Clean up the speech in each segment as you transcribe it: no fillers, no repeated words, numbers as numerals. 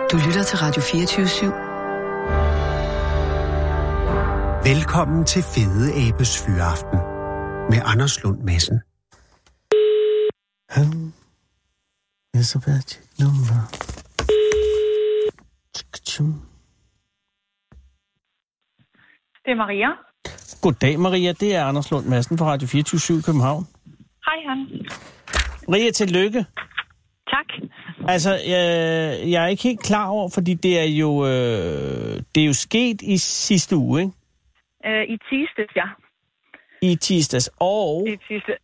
Du lytter til Radio 24/7. Velkommen til Fede Abes Fyraften med Anders Lund Madsen. Det er Maria. Goddag, Maria. Det er Anders Lund Madsen fra Radio 24/7 København. Hej, Hans. Maria, tillykke. Tak. Altså, jeg er ikke helt klar over, fordi det er jo sket i sidste uge, ikke? I tirsdags, ja. I tirsdags. Og I tirsdags.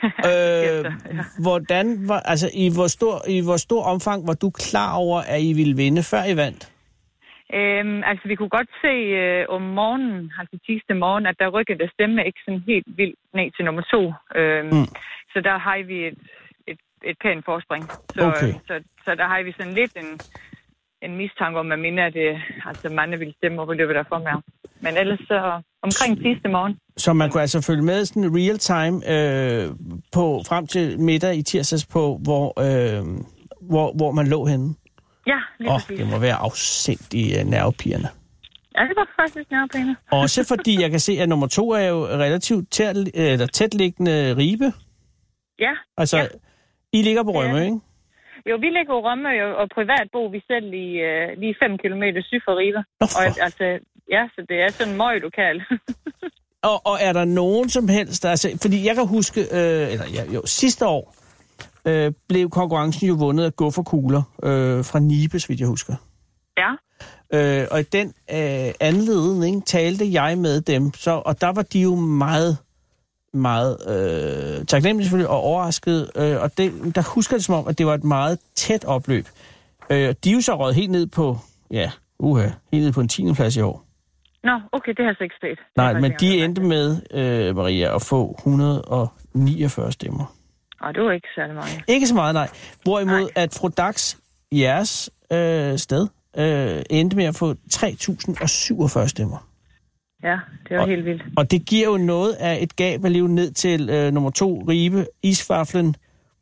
hvordan var, altså, i hvor stor omfang var du klar over, at I ville vinde, før I vandt? Altså, vi kunne godt se om morgenen, altså tirsdag morgen, at der rykkede der stemme ikke sådan helt vildt ned til nummer 2. Så der har vi et pænt forspring. Så der har vi sådan lidt en mistanke om, at mine af det, altså mange ville stemme op i løbet af formiddagen. Men ellers så omkring tirsdag morgen. Så man kunne altså følge med sådan real time frem til middag i tirsdags på, hvor man lå henne? Ja, lige præcis. Det må være afsindigt nervepirrende. Ja, det var faktisk nervepirrende. Også fordi jeg kan se, at nummer 2 er jo relativt tætliggende Ribe. Ja. Altså, ja. I ligger på Rømø, ikke? Jo, vi ligger på Rømø, og privat bor vi selv lige 5 kilometer syd for Ribe. Og altså, ja, så det er sådan meget lokalt. og er der nogen som helst, altså, fordi jeg kan huske, sidste år blev konkurrencen jo vundet af Gufferkugler fra Nibe, vidt jeg husker. Ja. Og i den anledning talte jeg med dem, og der var de jo meget taknemmelige selvfølgelig og overrasket. Og der husker det som om, at det var et meget tæt opløb. De er jo så røget helt ned på, helt ned på en 10. plads i år. Nå, okay, det har jeg så ikke set. Nej, men de endte med, Maria, at få 149 stemmer. Og det var ikke særlig meget. Ikke så meget, nej. Hvorimod at Fru Dax, jeres sted, endte med at få 3.047 stemmer. Ja, det var helt vildt. Og det giver jo noget af et gab at leve ned til nummer 2, Ribe, Isvaflen,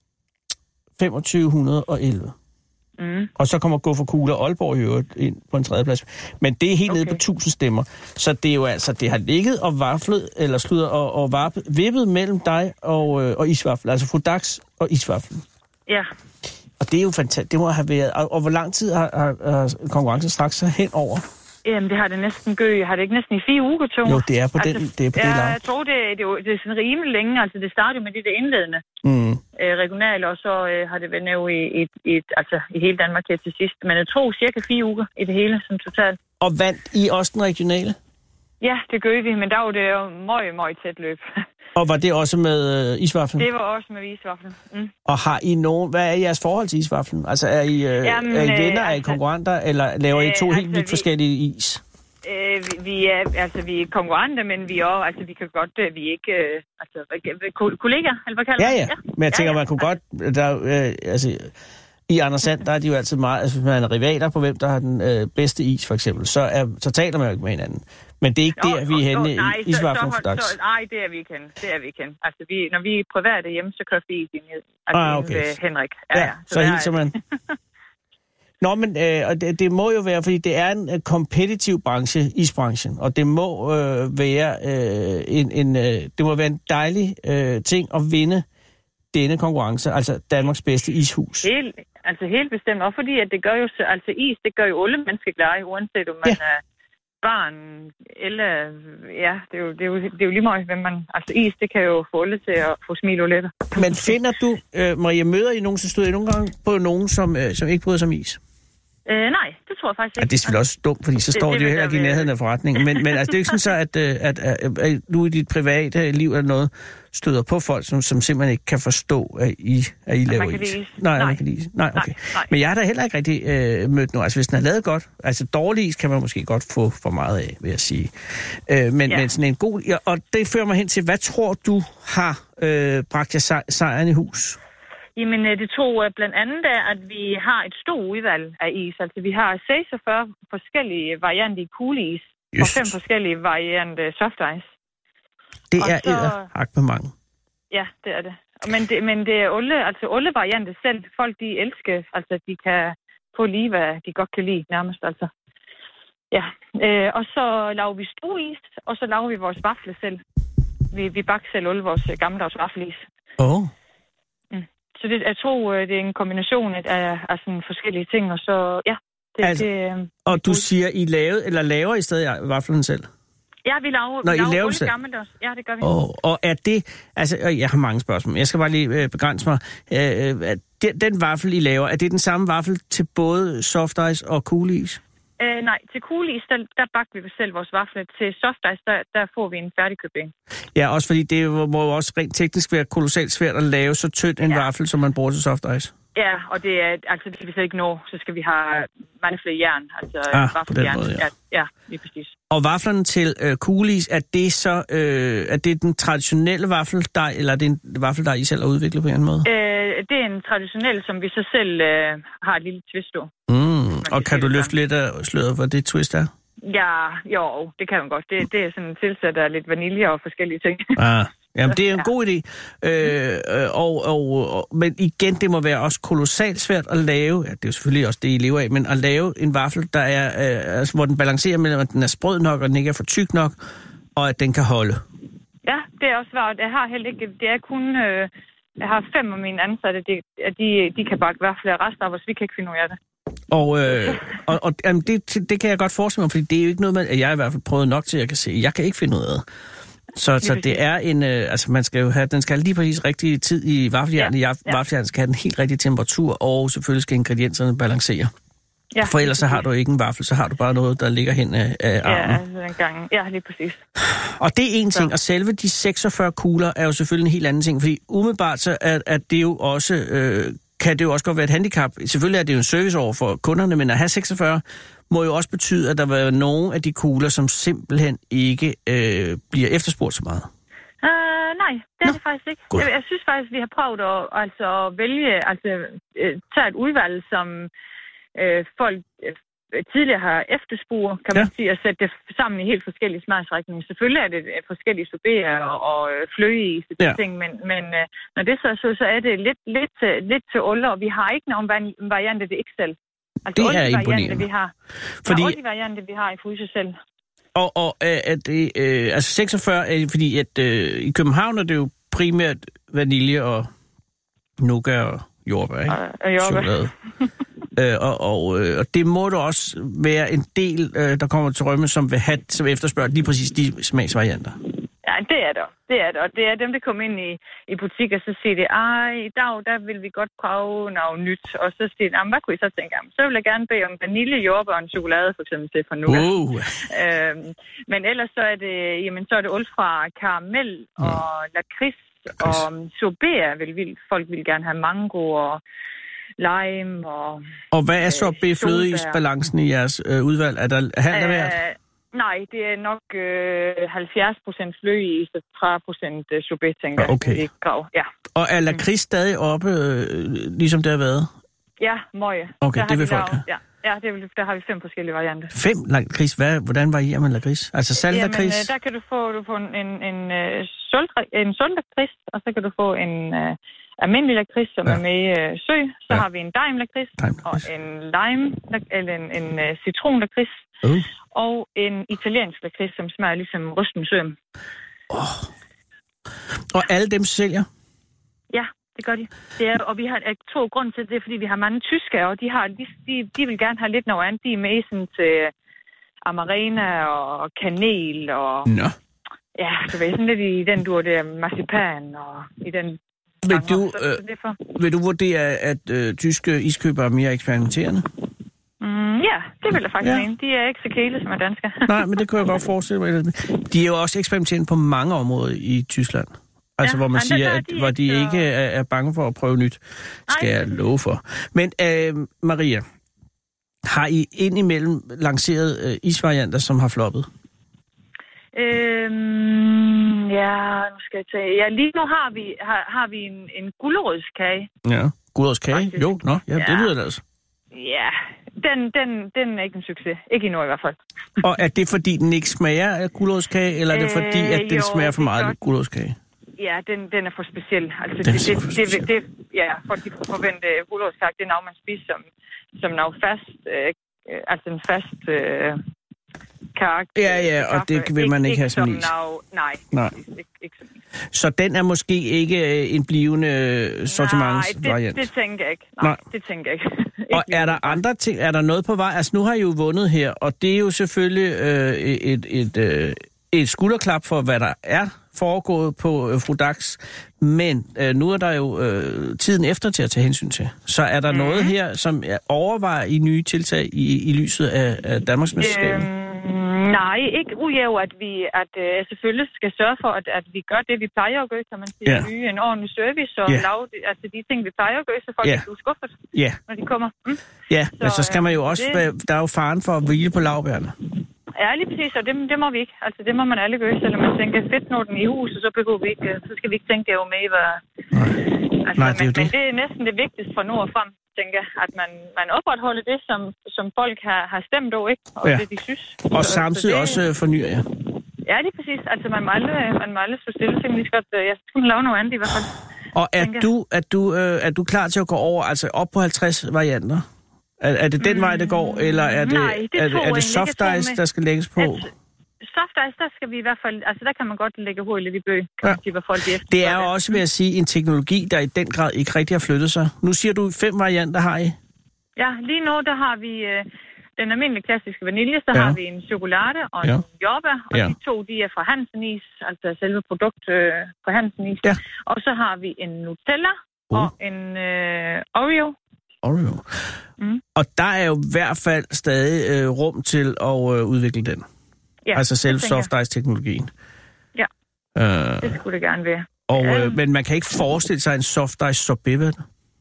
2511. Og så kommer Gufferkugler og Aalborg i øvrigt ind på en 3. plads. Men det er helt nede på 1000 stemmer. Så det er jo altså, det har ligget og vaflet, eller sludder og vippet mellem dig og Isvaflen. Altså Fru Dax og Isvaflen. Ja. Og det er jo fantastisk. Det må have været. Og hvor lang tid har konkurrencen straks så hen over? Jamen, det har det næsten har det ikke næsten i 4 uger, Thomas? Jo, det er på det lang. Jeg tror, det er sådan rimelig længe. Altså, det startede med det der indledende regionale, og så har det været nævnt i hele Danmark her til sidst. Men jeg tror cirka 4 uger i det hele, som totalt. Og vandt I også den regionale? Ja, det gør vi, men der var det jo meget tæt løb. Og var det også med Isvaflen? Det var også med Isvaflen. Og har I hvad er jeres forhold til Isvaflen? Altså er I venner, er I konkurrenter, eller laver I to helt vidt forskellige is? Vi er konkurrenter, men vi er også, vi kan godt, vi er ikke, kollegaer, eller hvad kalder ja. Men jeg tænker, man kunne godt, i Anders Sand, der er de jo altid meget, hvis man er rivaler på, hvem der har den bedste is, for eksempel, så taler man jo ikke med hinanden. Men det er ikke der, vi er henne i Isvaflen for dags. Nej, det er vi ikke henne. Altså, når vi er private hjemme, så kører vi is i Henrik. Ja, så hilser man. Nå, men det må jo være, fordi det er en kompetitiv branche, isbranchen, og det må være det må være en dejlig ting at vinde denne konkurrence, altså Danmarks bedste ishus. Helt bestemt, og fordi at det gør jo, altså is, det gør jo alle mennesker glade, uanset om man er barn, eller, det er jo lige meget, hvem man, altså is, det kan jo få alle til at få smil og letter. Men finder du, Maria, møder I nogen, så stod I nogle gange på nogen, som ikke bryder sig om is? Nej, det tror jeg faktisk ikke. Det er selvfølgelig også dumt, fordi så står de jo heller ikke i nærheden af forretningen. Men altså, det er jo ikke sådan så, at du i dit private liv eller noget støder på folk, som simpelthen ikke kan forstå, at I laver is. Nej, man kan lide is. Nej, okay. Nej. Men jeg har da heller ikke rigtig mødt noget. Altså, hvis den er lavet godt, altså dårlig is kan man måske godt få for meget af, vil jeg sige. Men sådan en god... Og det fører mig hen til, hvad tror du har bragt jer sejren i hus? Jamen, det tog blandt andet af, at vi har et stort udvalg af is. Altså, vi har 46 forskellige varianter i kuleis, og 5 forskellige varianter soft ice. Det er edderhak med mange. Ja, det er det. Men det er alle varianter selv. Folk, de elsker, altså, de kan på lige, hvad de godt kan lide nærmest, altså. Ja, og så laver vi stueis, og så laver vi vores vafler selv. Vi bakker selv alle vores gammeldags vaffelis. Så jeg tror, det er en kombination af sådan forskellige ting, og så, ja. Og du siger, I laver I stadig vaflerne selv? Ja, vi laver alle gammeldags. Ja, det gør vi. Og er det, altså, jeg har mange spørgsmål, jeg skal bare lige begrænse mig. Den vaffel, I laver, er det den samme vaffel til både soft ice og cool is? Nej, til cool is, der bakker vi selv vores vafler. Til soft ice, der får vi en færdigkøbt en. Ja, også fordi det må jo også rent teknisk være kolossalt svært at lave så tynd en vaffel, som man bruger til soft ice. Ja, og det er, altså det kan vi slet ikke nå. Så skal vi have mange flere jern, altså vaffeljern. Måde, ja, lige præcis. Og vaflerne til cool is, er det så er det den traditionelle vaffeldej, eller er det en vaffeldej, I selv har udviklet på en måde? Det er en traditionel, som vi så selv har et lille twist på. Og kan du løfte lidt af sløret, hvad det twist er? Ja, jo, det kan man godt. Det er sådan en tilsæt af lidt vanilje og forskellige ting. Jamen, det er en god idé. Men igen, det må være også kolossalt svært at lave, det er jo selvfølgelig også det, I lever af, men at lave en vaffel, der er, hvor den balancerer mellem, at den er sprød nok, og den ikke er for tyk nok, og at den kan holde. Ja, det er også svært. Jeg har heller ikke, det er kun, jeg har 5 af mine ansatte, de kan bakke vafler af resten af os, vi kan ikke finde ud af det. Og det kan jeg godt forestille mig, fordi det er jo ikke noget, at jeg i hvert fald prøvet nok til, at jeg kan se, jeg kan ikke finde ud af det. Så det er en, altså man skal jo have, den skal have lige præcis rigtig tid i vaffeljernet. Vaffeljernet skal have den helt rigtige temperatur, og selvfølgelig skal ingredienserne balancere. Ja, for ellers så har du ikke en vaffel, så har du bare noget, der ligger hen af armen. Ja, altså en gang. Ja, lige præcis. Og det er en ting, og selve de 46 kugler er jo selvfølgelig en helt anden ting, fordi umiddelbart så er det jo også, kan det jo også godt være et handicap. Selvfølgelig er det jo en service over for kunderne, men at have 46 må jo også betyde, at der var nogle af de kugler, som simpelthen ikke bliver efterspurgt så meget. Nej, det er det faktisk ikke. Jeg synes faktisk, vi har prøvet at vælge, tage et udvalg, som folk tidligere har efterspurgt, kan man sige, at sætte det sammen i helt forskellige smagsretninger. Selvfølgelig er det forskellige sorbéer og flødeis og ting, men når det så er det lidt til olle, og vi har ikke nogen varianter, det ikke selv. Altså, det er imponerende. Vi har. Fordi alle de varianter, vi har i Fryse selv. Og er det, altså 46 er fordi, at i København er det jo primært vanilje og nougat og jordbær, ikke? Og jordbær. Og det må da også være en del, der kommer til Rømme, som efterspørger lige præcis de smagsvarianter. Ja, det er der. Og det er dem, der kommer ind i butikker, så siger det, i dag, der vil vi godt prøve noget nyt. Og så siger de, hvad kunne I så tænke om? Så vil jeg gerne bede om vanilje, jordbær og en chokolade, for eksempel, til fra nougat. Men ellers så er det, alt fra karamel og lakrids og sorbet folk vil gerne have mango og lime og hvad er sorbet-flødeisbalancen i jeres udvalg? Er der halvt af hvert? Nej, det er nok 70% flødeis og 30% sorbet, tænker jeg. Okay. Ja. Og er lakrids stadig oppe, ligesom det har været? Ja, møje. Okay, det vil folk have. Ja, der har vi 5 forskellige varianter. 5 lakrids? Hvordan varierer man lakrids? Altså saltlakrids? Der kan du få en sund lakrids, og så kan du få en almindelig lakrids, som er med sø. Så har vi en dime-lakrids, og en lime, eller en citron-lakrids, og en italiensk lakrids, som smager ligesom rysten søm. Og alle dem sælger? Ja, det gør de. Og vi har 2 grunde til det, fordi vi har mange tyskere, og de vil gerne have lidt noget andet. De er med sådan til amarena og kanel og... Nå. Ja, så det er sådan lidt i den dur der marcipan og i den... Vil du vurdere, at tyske iskøbere er mere eksperimenterende? Ja, det vil jeg faktisk mene. De er ikke så kæle som er danske. Nej, men det kunne jeg godt forestille mig. De er jo også eksperimenterende på mange områder i Tyskland. Altså, hvor man siger, at hvor de ikke er bange for at prøve nyt, skal jeg love for. Men Maria, har I indimellem lanceret isvarianter, som har floppet? Nu skal jeg tage... Ja, lige nu har vi en gulerødskage. Ja, gulerødskage? Jo, det lyder det altså. Ja, den er ikke en succes. Ikke endnu i hvert fald. Og er det, fordi den ikke smager af gulerødskage, eller er det fordi, at den smager for meget af gulerødskage? Ja, den er for speciel. Altså, folk de forventer gulerodskage, det er noget, man spiser som noget fast, altså en fast kage. Ja, og det vil man ikke have som is. Nej. Ikke som is. Så den er måske ikke en blivende sortimentsvariant? Nej, det tænker jeg ikke. Nej, det tænker jeg ikke. Og er der andre ting, er der noget på vej? Altså, nu har I jo vundet her, og det er jo selvfølgelig et skulderklap for, hvad der er foregået på Fru Dags, men nu er der jo tiden efter til at tage hensyn til. Så er der noget her, som overvejer i nye tiltag i lyset af Danmarksmesterskabet? Nej, ikke ujæv, at jeg selvfølgelig skal sørge for, at vi gør det, vi plejer at gøre, kan man sige. Ja. En ordentlig service og lave de ting, vi plejer at gøre, så folk bliver skuffet, når de kommer. Ja, men så skal man jo også, der er jo faren for at hvile på laurbærrene. Ja, lige præcis, og det må vi ikke. Altså, det må man alle gøre, selvom man tænker, fedt, når den i huset, så behøver vi ikke, så skal vi ikke tænke, det er jo med, Nej, det er jo det. Men det er næsten det vigtigste fra nu og frem, tænker jeg, at man opretholder det, som folk har stemt over, ikke? Og det, de synes. Og samtidig så det, også fornyer, ja. Ja, lige præcis. Altså, man må aldrig stå stille, så lige godt, jeg skulle lave noget andet i hvert fald. Og er du klar til at gå over, altså op på 50 varianter? Er det den vej, det går, eller er det soft ice, der skal lægges på? Soft ice, der skal vi i hvert fald, altså der kan man godt lægge hurtigt i bøg, kan man sige, hvad folk efter. Det er jo også, vil jeg sige, en teknologi, der i den grad ikke rigtig har flyttet sig. Nu siger du 5 varianter har I? Ja, lige nu, der har vi den almindelige klassiske vanilje, så har vi en chokolade og en jordbær, og de to, de er fra Hansen Is, altså selve produkt fra Hansen Is. Ja. Og så har vi en Nutella og en Oreo. Og der er jo i hvert fald stadig rum til at udvikle den. Ja, altså selv soft ice-teknologien. Ja, det skulle det gerne være. Og, men man kan ikke forestille sig en soft ice sorbet, vel?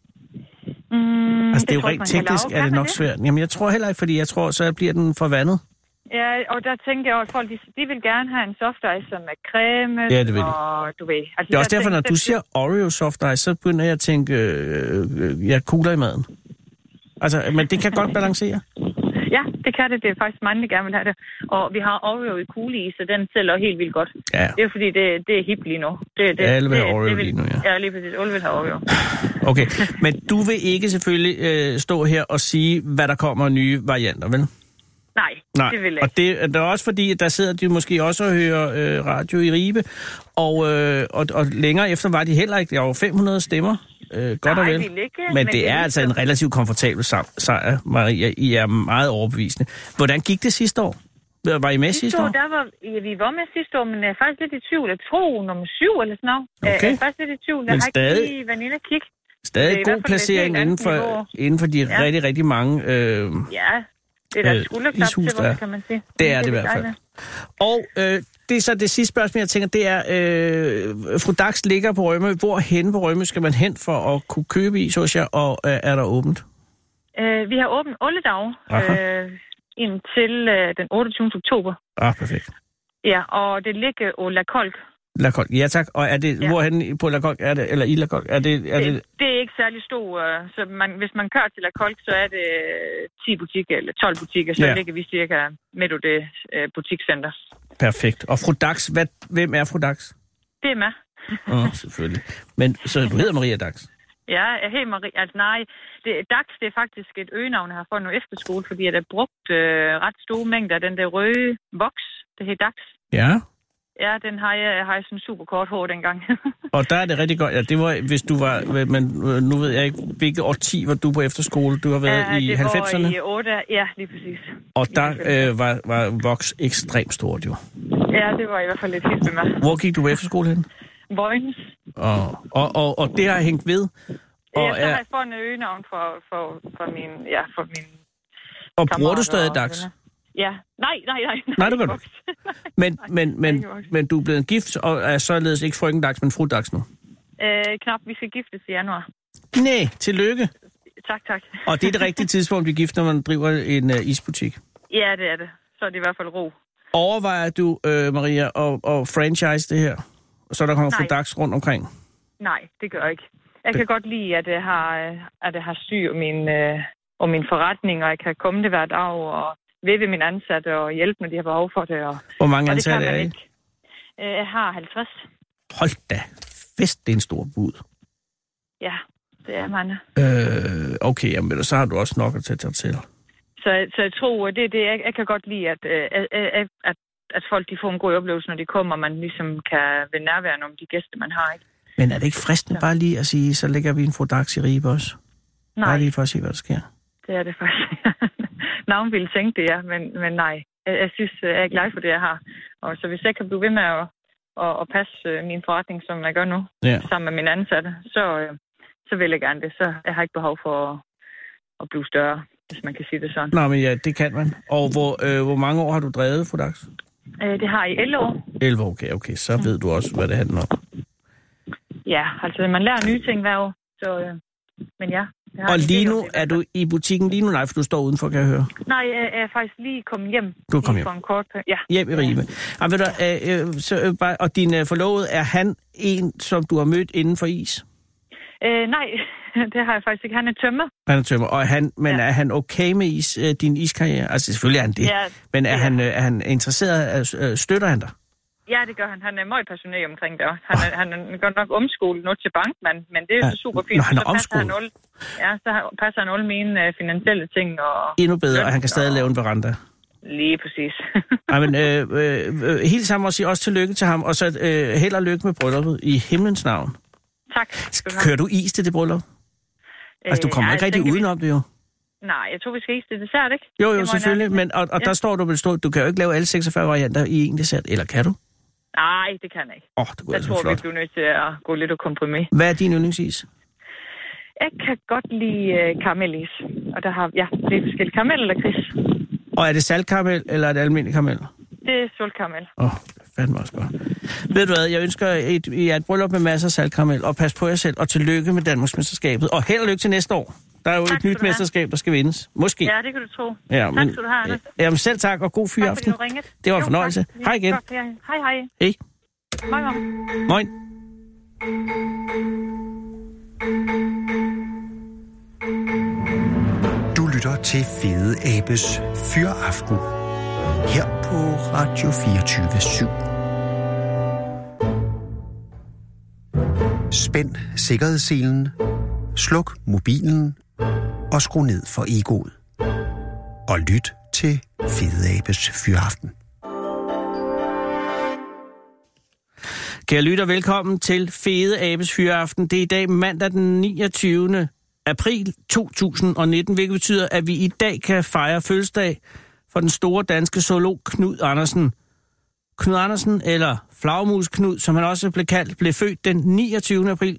Altså det er jo rent teknisk, er det nok svært. Jamen jeg tror heller ikke, fordi jeg tror, så bliver den forvandet. Ja, og der tænker jeg, at folk de vil gerne have en soft ice, som er creme, det vil og du ved. Altså, det er også derfor, når du siger Oreo soft ice, så begynder jeg at tænke, kugler i maden. Altså, men det kan godt balancere. Ja, det kan det. Det er faktisk mange, der gerne vil have det. Og vi har Oreo i kugle i, så den sælger helt vildt godt. Ja. Det er fordi, det er hip lige nu. Alle vil have Oreo lige nu, ja. Ja, lige præcis. Alle vil have Oreo. Okay, men du vil ikke selvfølgelig stå her og sige, hvad der kommer nye varianter, vel? Nej, det vil jeg ikke. Og det er også fordi, at der sidder de måske også og hører radio i Ribe, og længere efter var de heller ikke. Der var 500 stemmer. Godt og vel. Men det er altså en relativt komfortabel sejr, Maria. I er meget overbevisende. Hvordan gik det sidste år? Var I med sidste år? Vi var med sidste år, men jeg er faktisk lidt i tvivl. Jeg tror nummer 7 eller sådan noget. Okay. Jeg er faktisk lidt i tvivl. Jeg har ikke lige været inde og kigge. Stadig god placering inden for de rigtig, rigtig mange det er der skulderklap til vores, kan man sige. Det er det i hvert fald. Og det er så det sidste spørgsmål, jeg tænker, det er, Fru Dags ligger på Rømø. Hvor hen på Rømø skal man hen for at kunne købe is hos jer, og er der åbent? Vi har åbent alle dage indtil den 28. oktober. Perfekt. Ja, og det ligger på La Colque. La Colque, ja tak. Og er det, hvorhen på La Colque er det, eller i La Colque? Det er ikke særlig stor, så hvis man kører til La Colque, så er det 10 butikker, eller 12 butikker, så ligger vi cirka midt i det butikscenter. Perfekt. Og Fru Dags, hvem er Fru Dags? Det er mig. Selvfølgelig. Men så du hedder Maria Dags? Ja, jeg hedder Maria. Altså nej, Dags det er faktisk et øgenavn, jeg har fået noget efterskole, fordi jeg har brugt ret store mængder af den der røde voks, det hedder Dags. Ja. Ja, den har jeg sådan super kort hår dengang. Og der er det rigtig godt. Ja, det var, hvis du var, men nu ved jeg ikke, hvilket årti var du på efterskole? Du har været i 90'erne? Ja, det var i 8, ja, lige præcis. Og der var voks ekstremt stort jo. Ja, det var i hvert fald lidt helt med mig. Hvor gik du på efterskole hen? Vojens. Og det har hængt ved? Og så har jeg fået en øgenavn for min og bruger du stadig Dags? Ja, nej. Nej, det gør du. Men du er blevet gift, og er således ikke frøken Dags, men Fru Dags nu? Knap, vi skal giftes i januar. Nej, tillykke. Tak. Og det er det rigtige tidspunkt at blive gift, når man driver en isbutik? Ja, det er det. Så er det i hvert fald ro. Overvejer du, Maria, at franchise det her? Så der kommer Fru Dags rundt omkring? Nej, det gør jeg ikke. Jeg kan godt lide, at jeg har styr om min forretning, og jeg kan komme det hver dag og ved mine ansatte og hjælpe, når de har behov for det. Hvor mange ansatte er I? Jeg har 50. hold da fest, det er en stor bud. Ja, det er man. Okay, jamen, så har du også nok at tage dig til. Så jeg tror, jeg kan godt lide, at folk de får en god oplevelse, når de kommer, og man ligesom kan være nærværende om de gæster, man har, ikke? Men er det ikke fristende bare lige at sige, så lægger vi en Frodax i Ribe også? Nej. Bare lige for at se, hvad der sker. Det er det faktisk. Nogen ville tænke det, ja, men nej. Jeg synes, jeg er glad for det, jeg har. Og så hvis jeg kan blive ved med at passe min forretning, som jeg gør nu, sammen med mine ansatte, så vil jeg gerne det. Så jeg har ikke behov for at blive større, hvis man kan sige det sådan. Nå, men ja, det kan man. Og hvor mange år har du drevet Frodax? Det har jeg i 11 år. 11 år, okay. Så ved du også, hvad det handler om. Ja, altså man lærer nye ting hver år. Så, men ja. Og lige nu, er du i butikken lige nu? Nej, for du står udenfor, kan jeg høre. Nej, jeg er faktisk lige kommet hjem. Du er kommet hjem? For en kort ja. Hjem i Ribe. Ja. Ved du, og din forlovede, er han en, som du har mødt inden for is? Nej, det har jeg faktisk ikke. Han er tømmer. Han er tømmer. Og er han okay med din iskarriere? Altså selvfølgelig er han det. Ja, men er han interesseret? Støtter han dig? Ja, det gør han. Han er meget passioneret omkring det også. Han er godt nok omskolet nu til bankmand, men det er super fint. Nå, han er omskolet? Så passer han alle mine finansielle ting. Og endnu bedre, og han kan stadig lave en veranda. Lige præcis. Ej, men helt sammen også tillykke til ham, og så held og lykke med brylluppet i himlens navn. Tak. Kører du is til det bryllup? Altså, du kommer ikke rigtig udenom det jo. Nej, jeg tror, vi skal is til dessert, ikke? Jo, selvfølgelig, men der står du kan jo ikke lave alle 46 varianter i en dessert, eller kan du? Nej, det kan jeg ikke. Det jeg tror, vi bliver nødt til at gå lidt og kompromis. Hvad er din yndlingsis? Jeg kan godt lide karamellis. Og der har, det er forskellige karamel eller kris. Og er det saltkaramel, eller er det almindelig karamel? Det er saltkaramel. Fandme også godt. Ved du hvad, jeg ønsker et bryllup med masser af saltkaramel, og pas på jer selv, og tillykke med Danmarksmesterskabet. Og held og lykke til næste år. Der er jo et nyt mesterskab, der skal vindes. Måske. Ja, det kan du tro. Ja, tak skal du have, Anders. Jamen selv tak, og god fyraften. Tak, fordi du ringede. Det var en fornøjelse. Tak. Hej igen. Godt, hej. Hej. Moin. Moin. Du lytter til Fede Abes Fyraften her på Radio 24/7. Spænd sikkerhedsselen, sluk mobilen og skru ned for egoet. Og lyt til Fede Abes Fyraften. Kære lytter, velkommen til Fede Abes Fyraften. Det er i dag mandag den 29. april 2019, hvilket betyder, at vi i dag kan fejre fødselsdag for den store danske zoolog Knud Andersen. Knud Andersen, eller Flagermus Knud, som han også blev kaldt, blev født den 29. april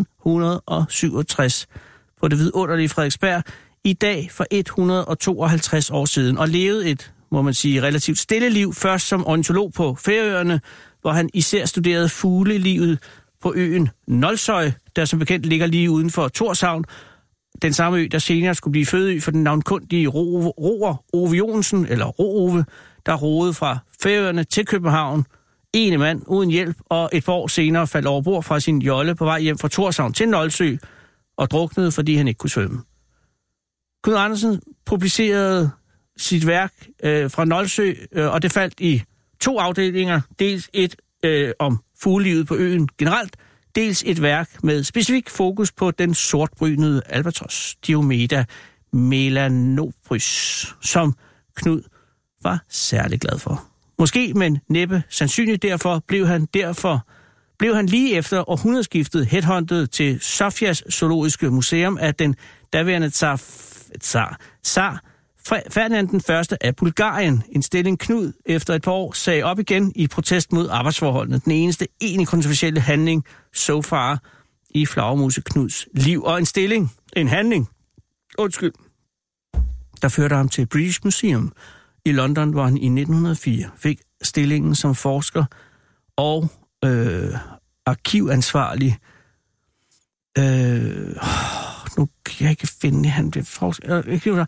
1867 på det vidunderlige Frederiksberg, i dag for 152 år siden, og levede et, må man sige, relativt stille liv, først som ornitolog på Færøerne, hvor han især studerede fuglelivet på øen Nólsoy, der som bekendt ligger lige uden for Tórshavn, den samme ø, der senere skulle blive fødeø for den navnkundige roer Ove Johnsen, eller Ro-Ove, der roede fra Færøerne til København, ene mand uden hjælp, og et par år senere faldt over bord fra sin jolle på vej hjem fra Tórshavn til Nólsoy, og druknede, fordi han ikke kunne svømme. Knud Andersen publicerede sit værk fra Nólsoy, og det faldt i 2 afdelinger. Dels et om fuglelivet på øen generelt, dels et værk med specifik fokus på den sortbrynede albatros, Diomeda melanophrys, som Knud var særlig glad for. Måske, men næppe sandsynligt derfor, blev han lige efter århundredeskiftet headhuntet til Sofias Zoologiske Museum af den daværende tsar Ferdinand den Første af Bulgarien. En stilling Knud efter et par år sagde op igen i protest mod arbejdsforholdene. Den eneste egentlig kontroversielle handling so far i Flagermus Knuds liv. Og en handling, der førte ham til British Museum i London, hvor han i 1904 fik stillingen som forsker og arkivansvarlig. Nu kan jeg ikke finde, han blev forsker.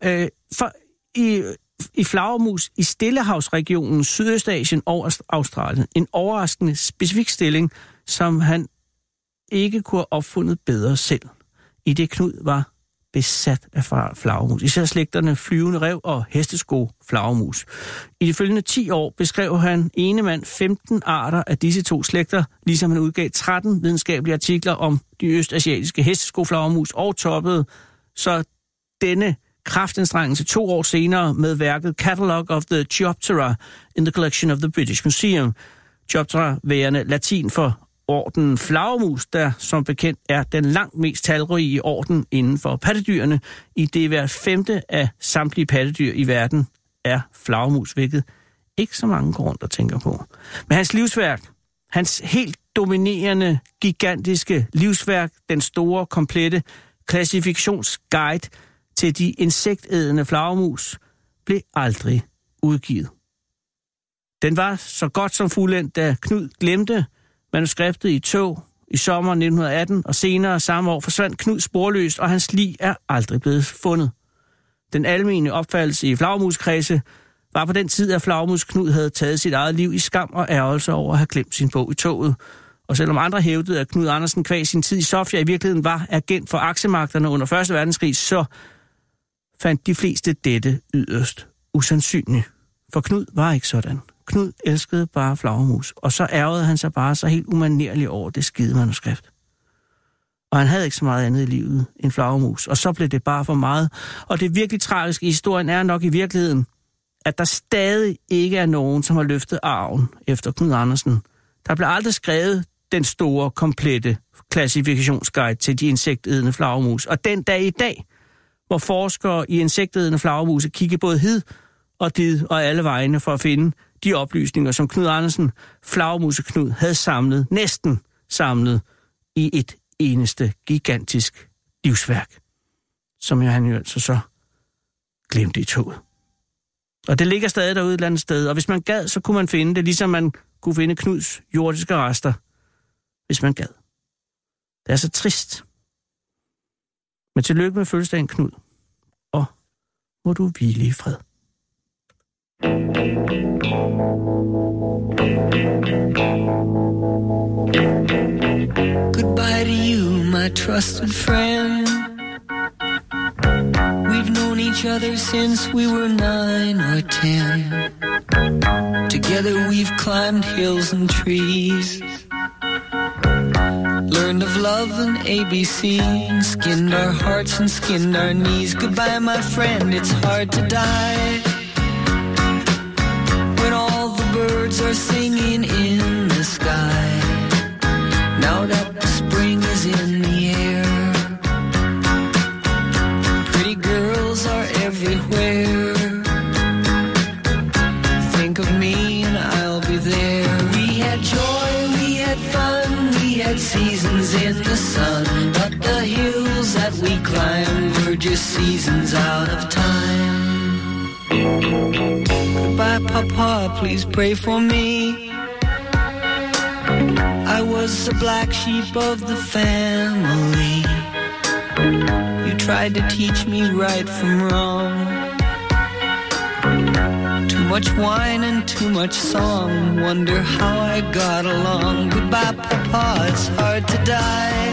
I Flagermus i Stillehavsregionen, Sydøstasien og Australien. En overraskende specifik stilling, som han ikke kunne have opfundet bedre selv. I det Knud var besat af flagermus. Især slægterne flyvende ræv og hestesko flagermus. I de følgende 10 år beskrev han enemand 15 arter af disse 2 slægter, ligesom han udgav 13 videnskabelige artikler om de østasiatiske hestesko flagermus og toppede så denne kraftanstrengelse 2 år senere med værket Catalogue of the Chiroptera in the Collection of the British Museum. Chiroptera værende latin for ordenen flagermus, der som bekendt er den langt mest talrige orden inden for pattedyrene, i det hver 5. af samtlige pattedyr i verden er flagermus, hvilket ikke så mange går rundt og tænker på. Men hans livsværk, hans helt dominerende, gigantiske livsværk, den store, komplette klassifikationsguide til de insektædende flagermus, blev aldrig udgivet. Den var så godt som fuldendt, da Knud glemte manuskriptet i tog i sommer 1918, og senere samme år forsvandt Knud sporløst, og hans lig er aldrig blevet fundet. Den almene opfattelse i flagermuskredse var på den tid, at flagermus Knud havde taget sit eget liv i skam og ærgelse over at have glemt sin bog i toget. Og selvom andre hævdede, at Knud Andersen kvæg sin tid i Sofia i virkeligheden var agent for aksemagterne under 1. verdenskrig, så fandt de fleste dette yderst usandsynligt. For Knud var ikke sådan. Knud elskede bare flagermus, og så ærgede han sig bare så helt umanerligt over det skide manuskript. Og han havde ikke så meget andet i livet end flagermus, og så blev det bare for meget. Og det virkelig tragiske i historien er nok i virkeligheden, at der stadig ikke er nogen, som har løftet arven efter Knud Andersen. Der blev aldrig skrevet den store, komplette klassifikationsguide til de insektædende flagermus. Og den dag i dag, hvor forskere i insektædende flagermus kigger både hid og did og alle vegne for at finde de oplysninger, som Knud Andersen, flagermuseknud, havde næsten samlet i et eneste gigantisk livsværk, som han jo altså så glemte i toget. Og det ligger stadig derude et eller andet sted, og hvis man gad, så kunne man finde det, ligesom man kunne finde Knuds jordiske rester, hvis man gad. Det er så trist. Men tillykke med fødselsdagen, Knud, og må du hvile i fred. Goodbye to you, my trusted friend. We've known each other since we were 9 or 10. Together we've climbed hills and trees, learned of love and ABC, skinned our hearts and skinned our knees. Goodbye, my friend, it's hard to die when all the birds are singing in the sky. Now that the spring is in the air, pretty girls are everywhere. Think of me and I'll be there. We had joy, we had fun, we had seasons in the sun, but the hills that we climbed were just seasons out of time. Goodbye, Papa, please pray for me. I was the black sheep of the family. You tried to teach me right from wrong. Too much wine and too much song, wonder how I got along. Goodbye, Papa, it's hard to die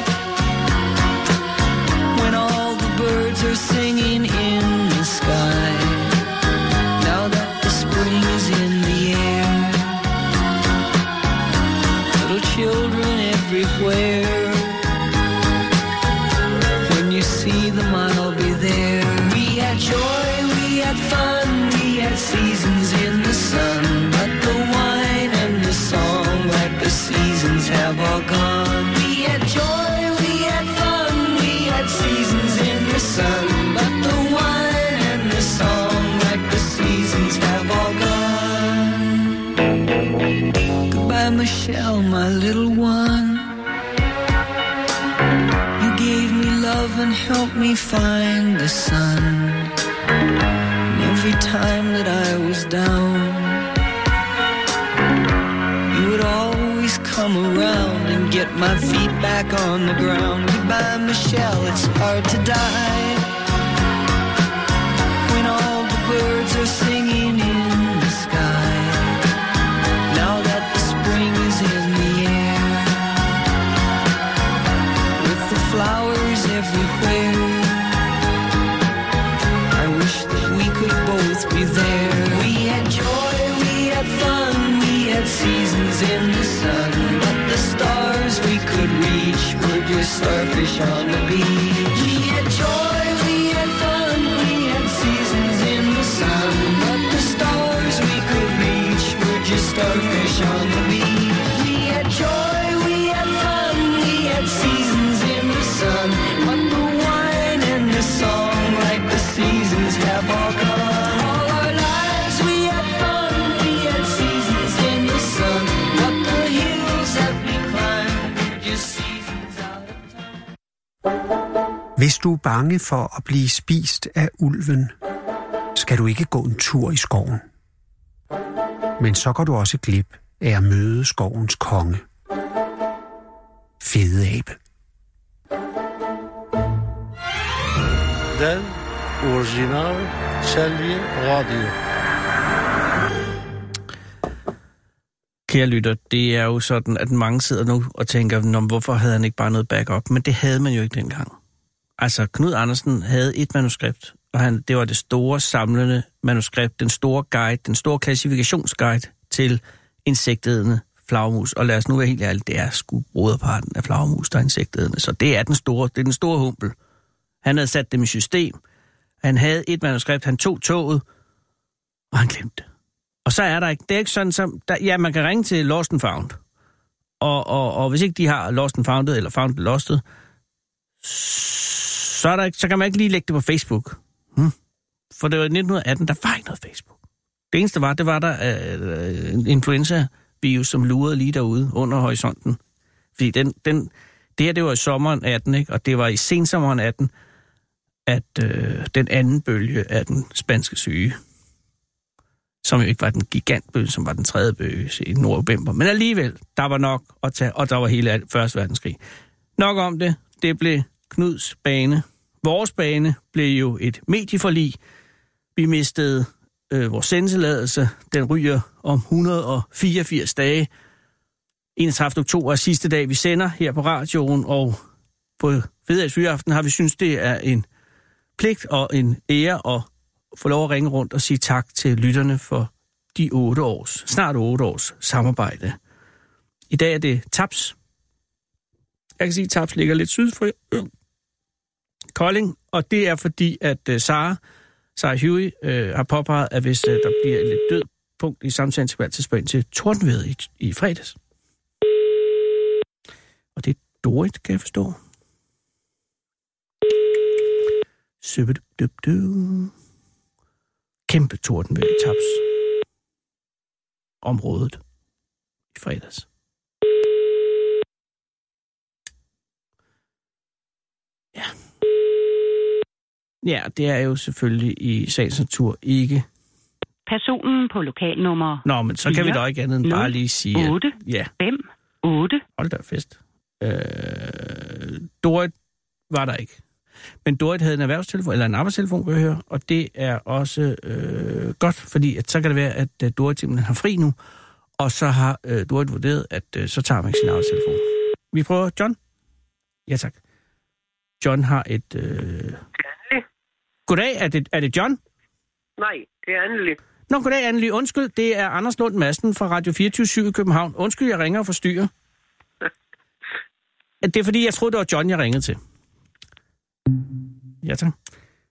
when all the birds are singing in the sky. Now that the spring is in the air, little children everywhere. When you see them, I'll be there. We had joy, we had fun, we had seasons in the sun, but the wine and the song, like the seasons, have all gone. We had joy, we had fun, we had seasons in the sun, but the wine and the song, like the seasons, have all gone. Goodbye, Michelle, my little one. You gave me love and helped me find the sun. And every time that I was down, you would always come around and get my feet back on the ground. Goodbye, Michelle, it's hard to die when all the birds are singing in the sky. Now that the spring is in the air, with the flowers everywhere, youth be there. We had joy, we had fun, we had seasons in the sun. But the stars we could reach were just starfish on the beach. We had joy, we had fun, we had seasons in the sun. But the stars we could reach were just starfish on the beach. We had joy, we had fun, we had seasons in the sun. But the wine and the song, like the seasons, have all gone. All our lives we had fun, we had seasons in the sun. But the hills that we climbed were just seasons out of time. Hvis du er bange for at blive spist af ulven, skal du ikke gå en tur i skoven. Men så går du også glip af at møde skovens konge. Fede abe. Den original Sælge Radio. Kære lytter, det er jo sådan, at mange sidder nu og tænker, hvorfor havde han ikke bare noget backup? Men det havde man jo ikke dengang. Altså, Knud Andersen havde et manuskript, og det var det store samlende manuskript, den store guide, den store klassifikationsguide til insektædende flagermus. Og lad os nu være helt ærlige, det er sgu broderparten af flagermus, der er insektædende. Så det er den store humpel. Han havde sat dem i system. Han havde et manuskript, han tog toget, og han glemte det. Og så er der ikke, det er ikke sådan som, man kan ringe til Lost and Found. Og hvis ikke de har Lost and Founded, eller Found and Losted, så kan man ikke lige lægge det på Facebook. For det var i 1918, der var ikke noget Facebook. Det eneste det var der en influenza-virus, som lurede lige derude under horisonten. Fordi det her, det var i sommeren 18, ikke? Og det var i sensommeren 18, at den anden bølge af den spanske syge, som jo ikke var den gigantbølge, som var den tredje bølge i november. Men alligevel, der var nok at tage, og der var hele Første Verdenskrig. Nok om det. Det blev Knuds bane. Vores bane blev jo et medieforlig. Vi mistede vores sendetilladelse. Den ryger om 184 dage. 31. oktober er sidste dag, vi sender her på radioen, og på Fedeabes Fyraften har vi synes det er en pligt og en ære at få lov at ringe rundt og sige tak til lytterne for de snart 8 års samarbejde. I dag er det Taps. Jeg kan sige, at Taps ligger lidt syd for Kolding, og det er fordi, at Sarah Huey har påpeget, at hvis der bliver et lidt død punkt i samtalen, skal vi altid spørge ind til tordenvejret i fredags. Og det er Dorit, kan jeg forstå. Kæmpe tordenvejr i Taps området i fredags. Ja. Ja, det er jo selvfølgelig i sagens natur ikke... Personen på lokalnummer... Nå, men så 4, kan vi da ikke andet end bare lige sige... 8, ja. 5, 8... Hold da fest. Dorit var der ikke. Men Dorit havde en erhvervstelefon, eller en arbejdstelefon, vil jeg høre, og det er også godt, fordi at så kan det være, at Dorit simpelthen har fri nu, og så har Dorit vurderet, at så tager man ikke sin arbejdstelefon. Vi prøver John. Ja, tak. John har et... Goddag, er det John? Nej, det er Anneli. Nå, goddag Anneli. Undskyld, det er Anders Lund Madsen fra Radio 24/7 i København. Undskyld, jeg ringer og forstyrrer. Det er fordi, jeg troede, det var John, jeg ringede til. Ja, tak.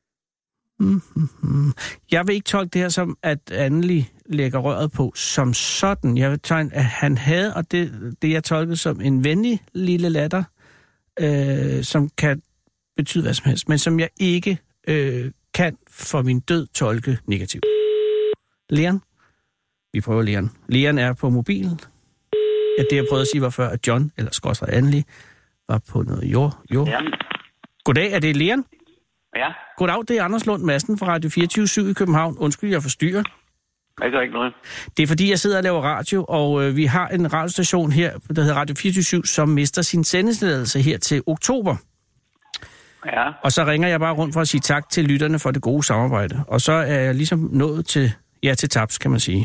Jeg vil ikke tolke det her som, at Anneli lægger røret på som sådan. Jeg vil tegne, at han havde, og det jeg tolkede som en venlig lille latter, som kan betyde hvad som helst, men som jeg ikke kan for min død tolke negativt. Leon? Vi prøver Leon. Leon er på mobilen. Ja, det jeg prøvede at sige var før, at John, eller skråstreg Anneli, var på noget jord. Ja. Goddag, er det Leon? Ja. Goddag, det er Anders Lund Madsen fra Radio 24/7 i København. Undskyld, jeg forstyrrer. Jeg gør ikke noget. Det er fordi, jeg sidder og laver radio, og vi har en radiostation her, der hedder Radio 24/7, som mister sin sendetilladelse her til oktober. Ja. Og så ringer jeg bare rundt for at sige tak til lytterne for det gode samarbejde. Og så er jeg ligesom nået til Taps, kan man sige.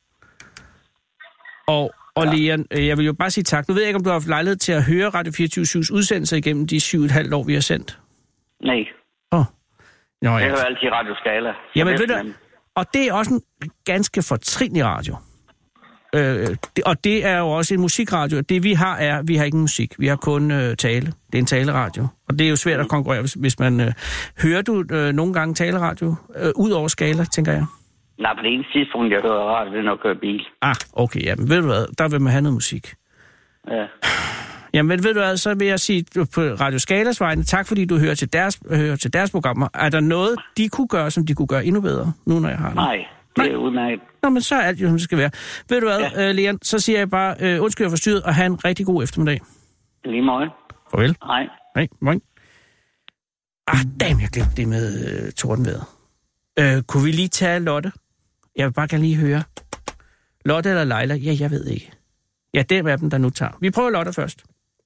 Og Leon, jeg vil jo bare sige tak. Nu ved jeg ikke, om du har haft lejlighed til at høre Radio 24/7's udsendelser igennem de 7,5 år, vi har sendt. Nej. Nå, jeg hører altid Radio Skala. Jamen ved du, Og det er også en ganske fortrinlig radio. Og det er jo også en musikradio. Det vi har vi har ikke musik. Vi har kun tale. Det er en taleradio. Og det er jo svært at konkurrere, hvis man... hører du nogle gange taleradio? Ud over skala, tænker jeg? Nej, på det ene tidspunkt, jeg hører radio, det er når jeg kører bil. Okay, ja, men ved du hvad? Der vil man have noget musik. Ja. Jamen, ved du hvad, så vil jeg sige på Radio Skalas vegne, tak fordi du hører til deres programmer. Er der noget, de kunne gøre, som de kunne gøre endnu bedre, nu når jeg har det? Nej, det er udmærket. Nå, men så er alt jo, som det skal være. Ved du hvad, Leon, så siger jeg bare, undskyld for forstyrret, og have en rigtig god eftermiddag. Lige måde. Farvel. Hej. Hej, morgen. Jeg glemte det med tordenvejret. Kunne vi lige tage Lotte? Jeg vil bare gerne lige høre. Lotte eller Leila? Ja, jeg ved ikke. Ja, det er dem, der nu tager. Vi prøver Lotte først.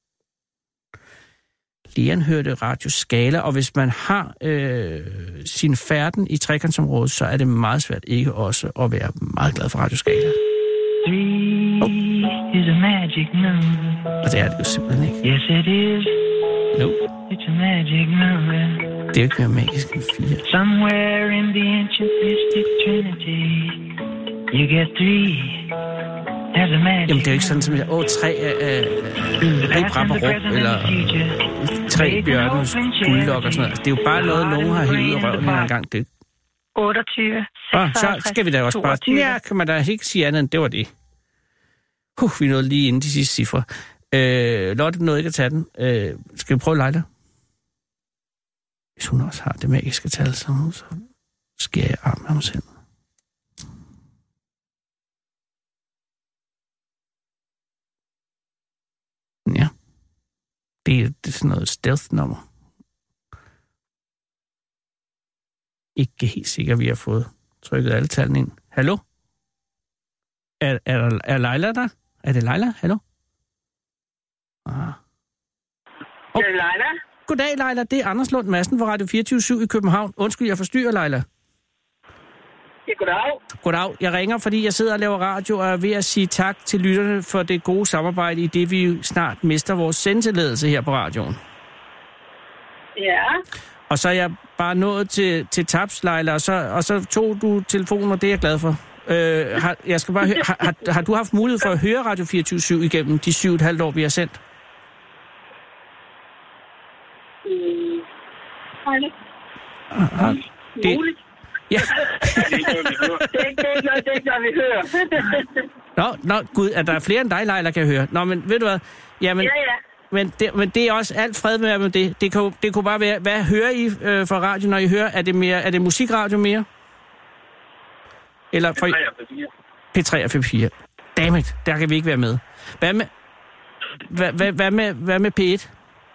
Leon hørte Radio Skala, og hvis man har sin færden i trekantsområdet, så er det meget svært ikke også at være meget glad for Radio Skala. Is a magic number. Og det er det jo simpelthen ikke. Yes, it is. No. It's a magic number. Det er jo ikke mere magisk end 4. Somewhere in the ancient mystic trinity, you get 3. Jamen, det er jo ikke sådan, som jeg... 3 af Rip, Rap og Rup, eller 3 bjørnes guldlok og sådan noget. Det er jo bare noget, nogen har hævet ud af røven en gang. Det... 28, 56, så skal vi da også 22. Bare... Ja, kan man da ikke sige andet end det var det. Vi nåede lige inden de sidste cifre. Lotte nåede ikke at tage den. Skal vi prøve Leila? Hvis hun også har det magiske tal, så skærer jeg armen af mig selv. Ja. Det er sådan noget stealth-nummer. Ikke helt sikkert, vi har fået trykket alle tallene ind. Hallo? Er Leila der? Er det Leila? Hallo? Det er Leila. Goddag, Leila. Det er Anders Lund Madsen fra Radio 24/7 i København. Undskyld, jeg forstyrrer, Leila. Ja, goddag. Goddag. Jeg ringer, fordi jeg sidder og laver radio og er ved at sige tak til lytterne for det gode samarbejde, i det vi snart mister vores sendtilladelse her på radioen. Ja. Og så er jeg bare nået til Taps, Leila, og så tog du telefonen, og det er jeg glad for. Jeg skal bare høre, har du haft mulighed for at høre Radio 24/7 igennem de 7,5 år, vi har sendt? Det muligt. Ja. Det er ikke noget, vi hører. Nå, gud, er der flere end dig, Leila, kan jeg høre? Nå, men ved du hvad? Jamen, ja. Men det er også alt fred med det. Det kunne bare være, hvad hører I fra radio, når I hører? Er det musikradio mere? Eller for P3 og P4. Dammit, der kan vi ikke være med. Hvad med P1?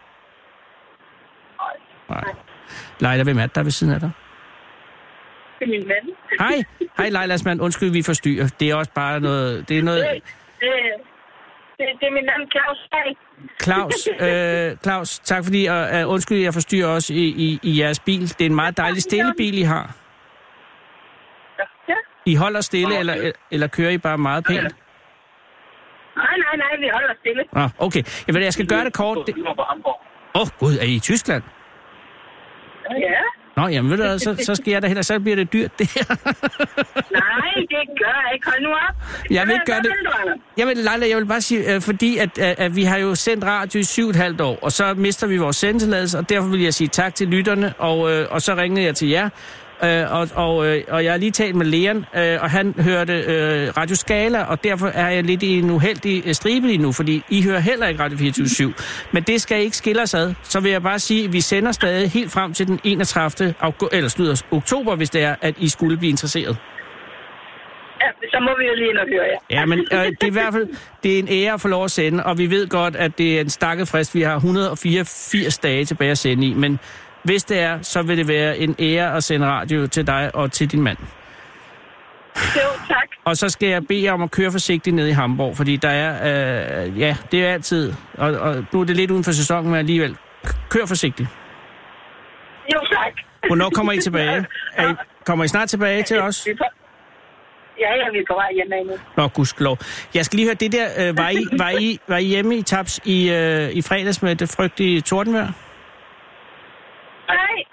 Nej. Leila, hvem er det, der ved siden af dig? Det er min mand. Hej Leilas mand. Undskyld, vi forstyrrer. Det er også bare noget... Det er noget... Det er min navn, Claus. Claus, tak fordi... undskyld, jeg forstyrrer også i jeres bil. Det er en meget dejlig stille bil, I har. Ja. I holder stille, eller kører I bare meget pænt? Nej, vi holder stille. Okay. Jeg skal gøre det kort. Gud, er I i Tyskland? Ja. Nå, jamen ved du, så skal jeg da heller, så bliver det dyrt, det her. Nej, det gør jeg ikke. Hold nu op. Jeg vil ikke gøre det. Jamen, Leila, jeg vil bare sige, fordi at vi har jo sendt radio i 7,5 år, og så mister vi vores sendetilladelse, og derfor vil jeg sige tak til lytterne, og så ringede jeg til jer. Og jeg har lige talt med Leon, og han hørte Radio Skala, og derfor er jeg lidt i en uheldig stribe lige nu, fordi I hører heller ikke Radio 24/7. Men det skal ikke skille os ad. Så vil jeg bare sige, at vi sender stadig helt frem til den 31. oktober, hvis det er, at I skulle blive interesseret. Ja, så må vi jo lige nok høre jer. Ja, men det er i hvert fald det er en ære at få lov at sende, og vi ved godt, at det er en stakket frist. Vi har 184 dage tilbage at sende i, men hvis det er, så vil det være en ære at sende radio til dig og til din mand. Jo, tak. Og så skal jeg bede jer om at køre forsigtigt ned i Hamburg, fordi der er, det er altid, og nu er det lidt uden for sæsonen, men alligevel, kør forsigtigt. Jo, tak. Hvornår kommer I tilbage? Kommer I snart tilbage til os? Ja, vi er på vej hjemme nu. Nå, gudskelov. Jeg skal lige høre, det der, var I hjemme i Taps i fredags med det frygtelige tordenvejr? Nej, vi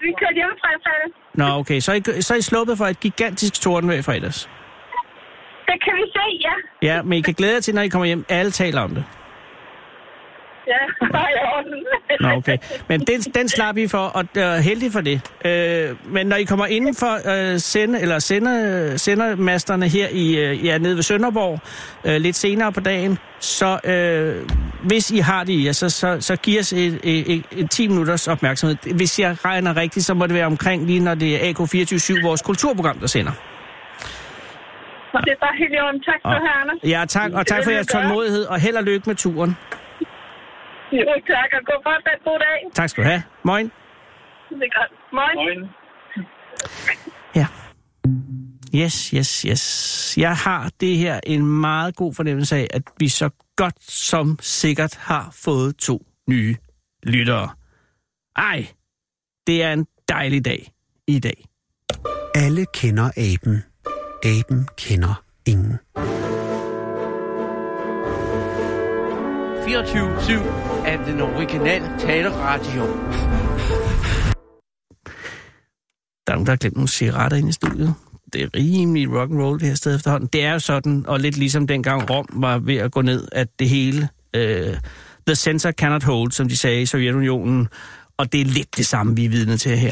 vi kørte hjem fra fredag. Nå, okay. Så er I sluppet for et gigantisk tordenvejr i fredags? Det kan vi se, ja. Ja, men I kan glæde jer til, når I kommer hjem. Alle taler om det. Ja, Nå, okay. Men den slap I for, og heldig for det. Men når I kommer inden for sendermasterne her nede ved Sønderborg, lidt senere på dagen, så hvis I har det i jer, så giv os et 10 minutters opmærksomhed. Hvis jeg regner rigtigt, så må det være omkring lige når det er AK247, vores kulturprogram, der sender. Det er bare helt i orden. Tak for det her, Anders. Ja, tak. Og tak for jeres tålmodighed, og held og lykke med turen. Jo, tak. Og gå fortsat. God dag. Tak skal du have. Moin. Det er godt. Moin. Ja. Yes. Jeg har det her en meget god fornemmelse af, at vi så godt som sikkert har fået 2 nye lyttere. Ej, det er en dejlig dag i dag. Alle kender aben. Aben kender ingen. 24/7 er den originale taleradio. Der er nogen, der har glemt nogle cigaretter inde i studiet. Det er rimelig rock'n'roll det her sted efterhånden. Det er jo sådan, og lidt ligesom dengang Rom var ved at gå ned, at det hele, the sensor cannot hold, som de sagde i Sovjetunionen, og det er lidt det samme, vi er vidne til her.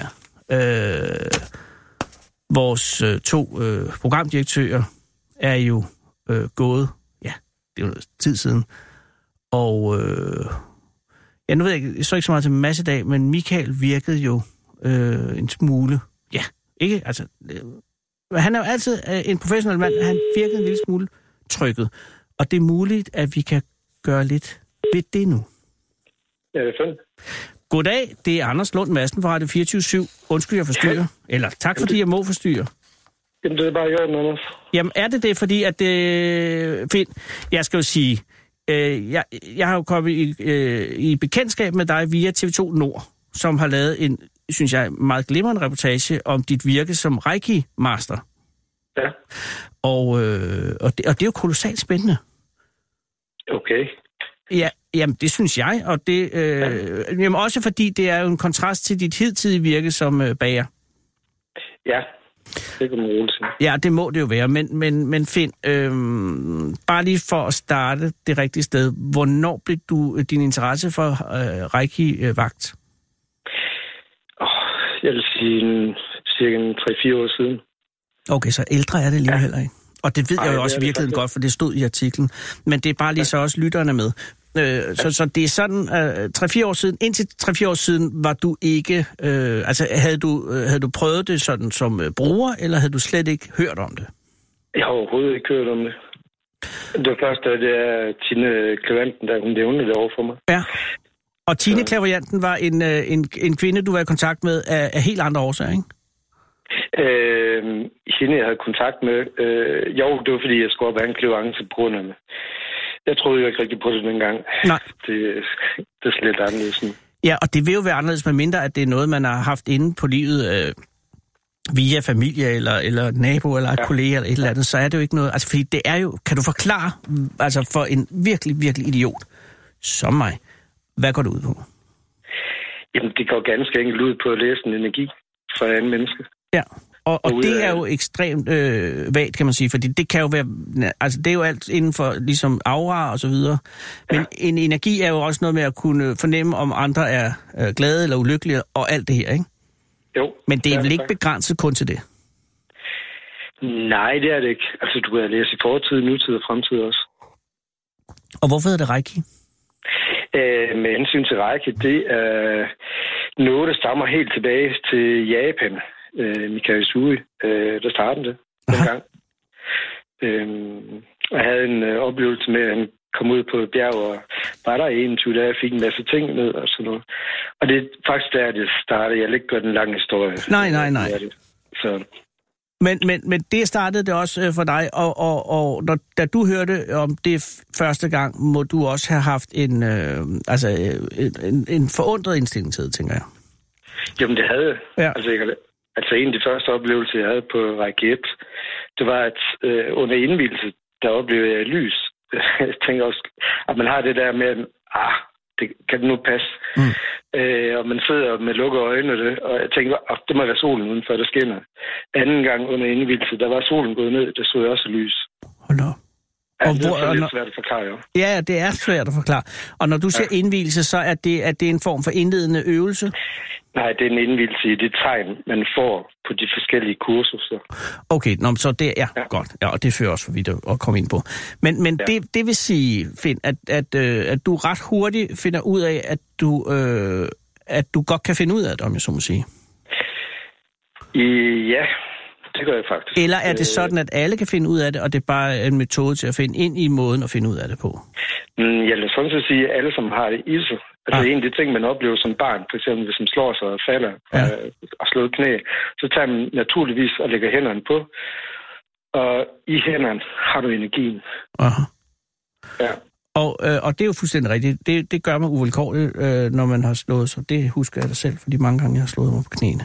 Vores 2 programdirektører er jo gået, ja, det er jo noget tid siden, og nu ved jeg så ikke så meget til Massedag, men Michael virkede jo en smule, ja, ikke, altså, han er jo altid en professionel mand, han virkede en lille smule trykket, og det er muligt, at vi kan gøre lidt ved det nu. Ja, det er fint. Goddag, det er Anders Lund Madsen fra Radio 24/7. Undskyld, jeg forstyrrer. Eller tak, fordi jeg må forstyrre. Jamen, det er bare i orden, Anders. Jamen, er det fordi, at Fint, jeg skal jo sige, jeg har jo kommet i bekendtskab med dig via TV2 Nord, som har lavet en, synes jeg, meget glimrende reportage om dit virke som Reiki-master. Ja. Og det er jo kolossalt spændende. Okay. Ja, jamen det synes jeg, og det jamen også fordi det er jo en kontrast til dit hidtidige virke som bager. Ja, det kan man roligt sige. Ja, det må det jo være, men Finn, bare lige for at starte det rigtige sted, hvornår blev du din interesse for Reiki-vagt? Jeg vil sige cirka 3-4 år siden. Okay, så ældre er det lige heller ikke. Og det ved jeg jo også i virkeligheden godt, for det stod i artiklen. Men det er bare lige så også lytterne med. Så det er sådan, 3-4 år siden, indtil 3-4 år siden var du ikke... altså, havde du prøvet det sådan som bruger, eller havde du slet ikke hørt om det? Jeg har overhovedet ikke hørt om det. Det var først, at det er Tine Klavanten, der hun nævnte det over for mig. Ja. Og Tine Klavanten var en kvinde, du var i kontakt med af helt andre årsager, ikke? Hende, jeg havde kontakt med, jo, det var fordi, jeg skulle op af en klevance på grund af det. Jeg troede jo ikke rigtig på det dengang. Nej. Det er slet anderledes nu. Ja, og det vil jo være anderledes, med mindre at det er noget, man har haft inde på livet via familie, eller nabo, eller et kollega, eller et eller andet, så er det jo ikke noget... Altså, fordi det er jo... Kan du forklare, altså for en virkelig, virkelig idiot som mig, hvad går det ud på? Jamen, det går ganske enkelt ud på at læse en energi fra en menneske. Ja, og det er jo ekstremt vagt, kan man sige, fordi det kan jo være, altså det er jo alt inden for ligesom aura og så videre, men en energi er jo også noget med at kunne fornemme, om andre er glade eller ulykkelige og alt det her, ikke? Jo. Men det er vel ikke begrænset kun til det? Nej, det er det ikke. Altså, du kan læse i fortid, nutid og fremtid også. Og hvorfor er det Reiki? Med hensyn til Reiki, det er noget, der stammer helt tilbage til Japan. Mikao Usui, der startede det dengang. Jeg havde en oplevelse med, at han kom ud på et bjerg og var der 21 dage, jeg fik en masse ting ned og sådan noget. Og det er faktisk der, det startede. Jeg vil ikke gøre den lange historie. Nej. Så. Men det startede det også for dig, og da du hørte om det første gang, må du også have haft en forundret indstilling til det, tænker jeg. Jamen, det havde jeg. Ja. Altså en af de første oplevelser, jeg havde på Reiki 1, det var, at under indvielse, der oplevede jeg lys. Jeg tænker også, at man har det der med, det kan det nu passe? Og man sidder med lukkede øjne, og jeg tænker, det må være solen udenfor, der skinner. Anden gang under indvielse, der var solen gået ned, der så jeg også lys. Hold op. Ja, det er lidt svært at forklare, jo. Ja, det er svært at forklare. Og når du siger indvielse, så er det en form for indledende øvelse? Nej, det er en indvielse i det tegn, man får på de forskellige kurser. Okay, så det er godt. Ja, og det fører også for vidt at komme ind på. Men det vil sige, Finn, at du ret hurtigt finder ud af, at du godt kan finde ud af det, om jeg så må sige. Ja, det gør jeg faktisk. Eller er det sådan, at alle kan finde ud af det, og det er bare en metode til at finde ind i måden at finde ud af det på? Jeg vil sådan set sige, at alle, som har det i sig. Altså en af de ting, man oplever som barn, for eksempel hvis man slår sig og falder og slår knæ, så tager man naturligvis og lægger hænderne på, og i hænderne har du energien. Aha. Ja. Og det er jo fuldstændig rigtigt. Det gør man uvilkårligt, når man har slået sig. Det husker jeg da selv, for de mange gange, jeg har slået mig på knæene.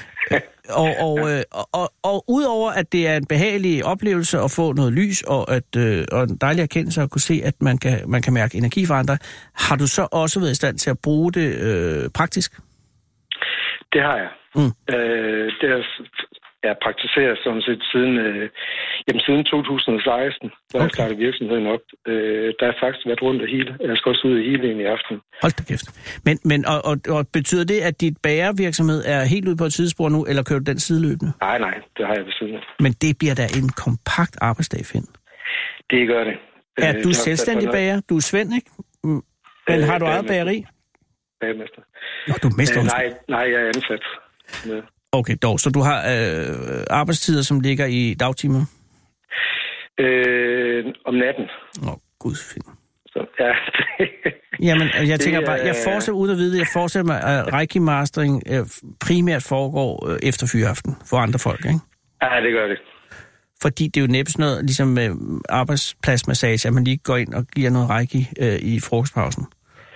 Og udover at det er en behagelig oplevelse at få noget lys og en dejlig erkendelse at kunne se, at man kan mærke energi for andre, har du så også været i stand til at bruge det praktisk? Det har jeg. Det har jeg praktiseret sådan set siden 2016, da jeg startede virksomheden op. Der har faktisk været rundt og hele. Jeg skal også ud og hele i aften. Hold da kæft. Men betyder det, at dit bagervirksomhed er helt ude på et sidespor nu, eller kører du den sideløbende? Nej, det har jeg ved siden af. Men det bliver da en kompakt arbejdsdag, Finn. Det gør det. Er du selvstændig bager? Du er Svend, ikke? Men har du eget bageri? Bagermester. Nå, du er mester. Nej, jeg er ansat. Ja. Okay, dog. Så du har arbejdstider, som ligger i dagtimer? Om natten. Guds Finn. Så, ja. Jamen, jeg tænker bare, jeg fortsætter uden at vide, jeg fortsætter med, at Reiki-mastering primært foregår efter fyraften for andre folk, ikke? Ja, det gør det. Fordi det er jo næppe sådan noget, ligesom med arbejdspladsmassage, at man lige går ind og giver noget Reiki i frokostpausen.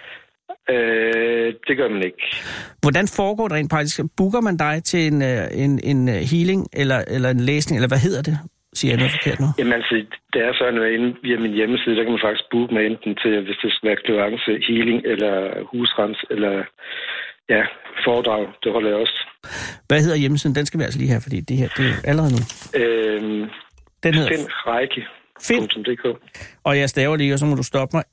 Det gør man ikke. Hvordan foregår det rent praktisk? Booker man dig til en healing eller en læsning, eller hvad hedder det? Siger jeg noget forkert nu? Jamen altså, det er sådan, at inde via min hjemmeside, der kan man faktisk booke mig enten til, hvis det skal være kløvance, healing eller husrens, eller foredrag. Det holder jeg også. Hvad hedder hjemmesiden? Den skal vi altså lige have, fordi det her, det er jo allerede nu. Den hedder Finn Reiki. Finn.dk. Og jeg staver lige, og så må du stoppe mig.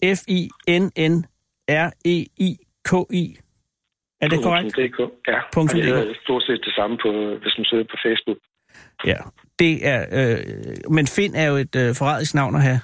FINNREIKI. Er det korrekt? Ja, og det er stort set det samme, hvis man søger på Facebook. Ja, det er... men Finn er jo et forræderisk navn at have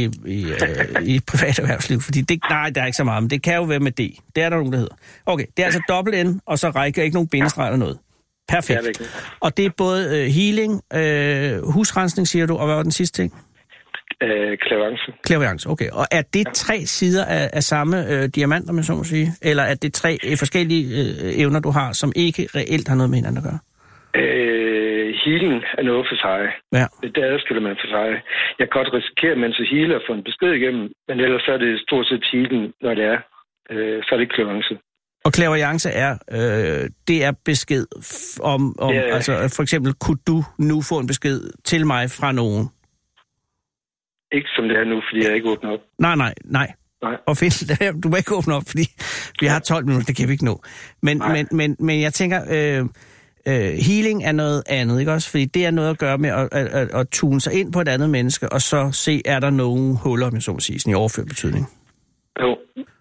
i privat erhvervsliv, fordi det... Nej, der er ikke så meget, men det kan jo være med D. Det er der nogen, der hedder. Okay, det er altså dobbelt N, og så rækker ikke nogen bindestreg eller noget. Perfekt. Og det er både healing, husrensning, siger du, og hvad var den sidste ting? Clairvoyance, okay. Og er det 3 sider af samme diamant, om jeg så må sige? Eller er det 3 forskellige evner, du har, som ikke reelt har noget med hinanden at gøre? Healing er noget for sig. Ja. Det adskiller man for sig. Jeg kan godt risikere, at man så healer for en besked igennem, men ellers så er det stort set healing, når det er. Så er det clairvoyance. Og clairvoyance det er besked om altså for eksempel, kunne du nu få en besked til mig fra nogen? Ikke som det er nu, fordi jeg ikke åbner op. Nej. Og Finn, du må ikke åbne op, fordi vi har 12 minutter, det kan vi ikke nå. Men jeg tænker, healing er noget andet, ikke også? Fordi det er noget at gøre med at tune sig ind på et andet menneske, og så se, er der nogle huller, med så må sige, sådan i overført betydning? Jo,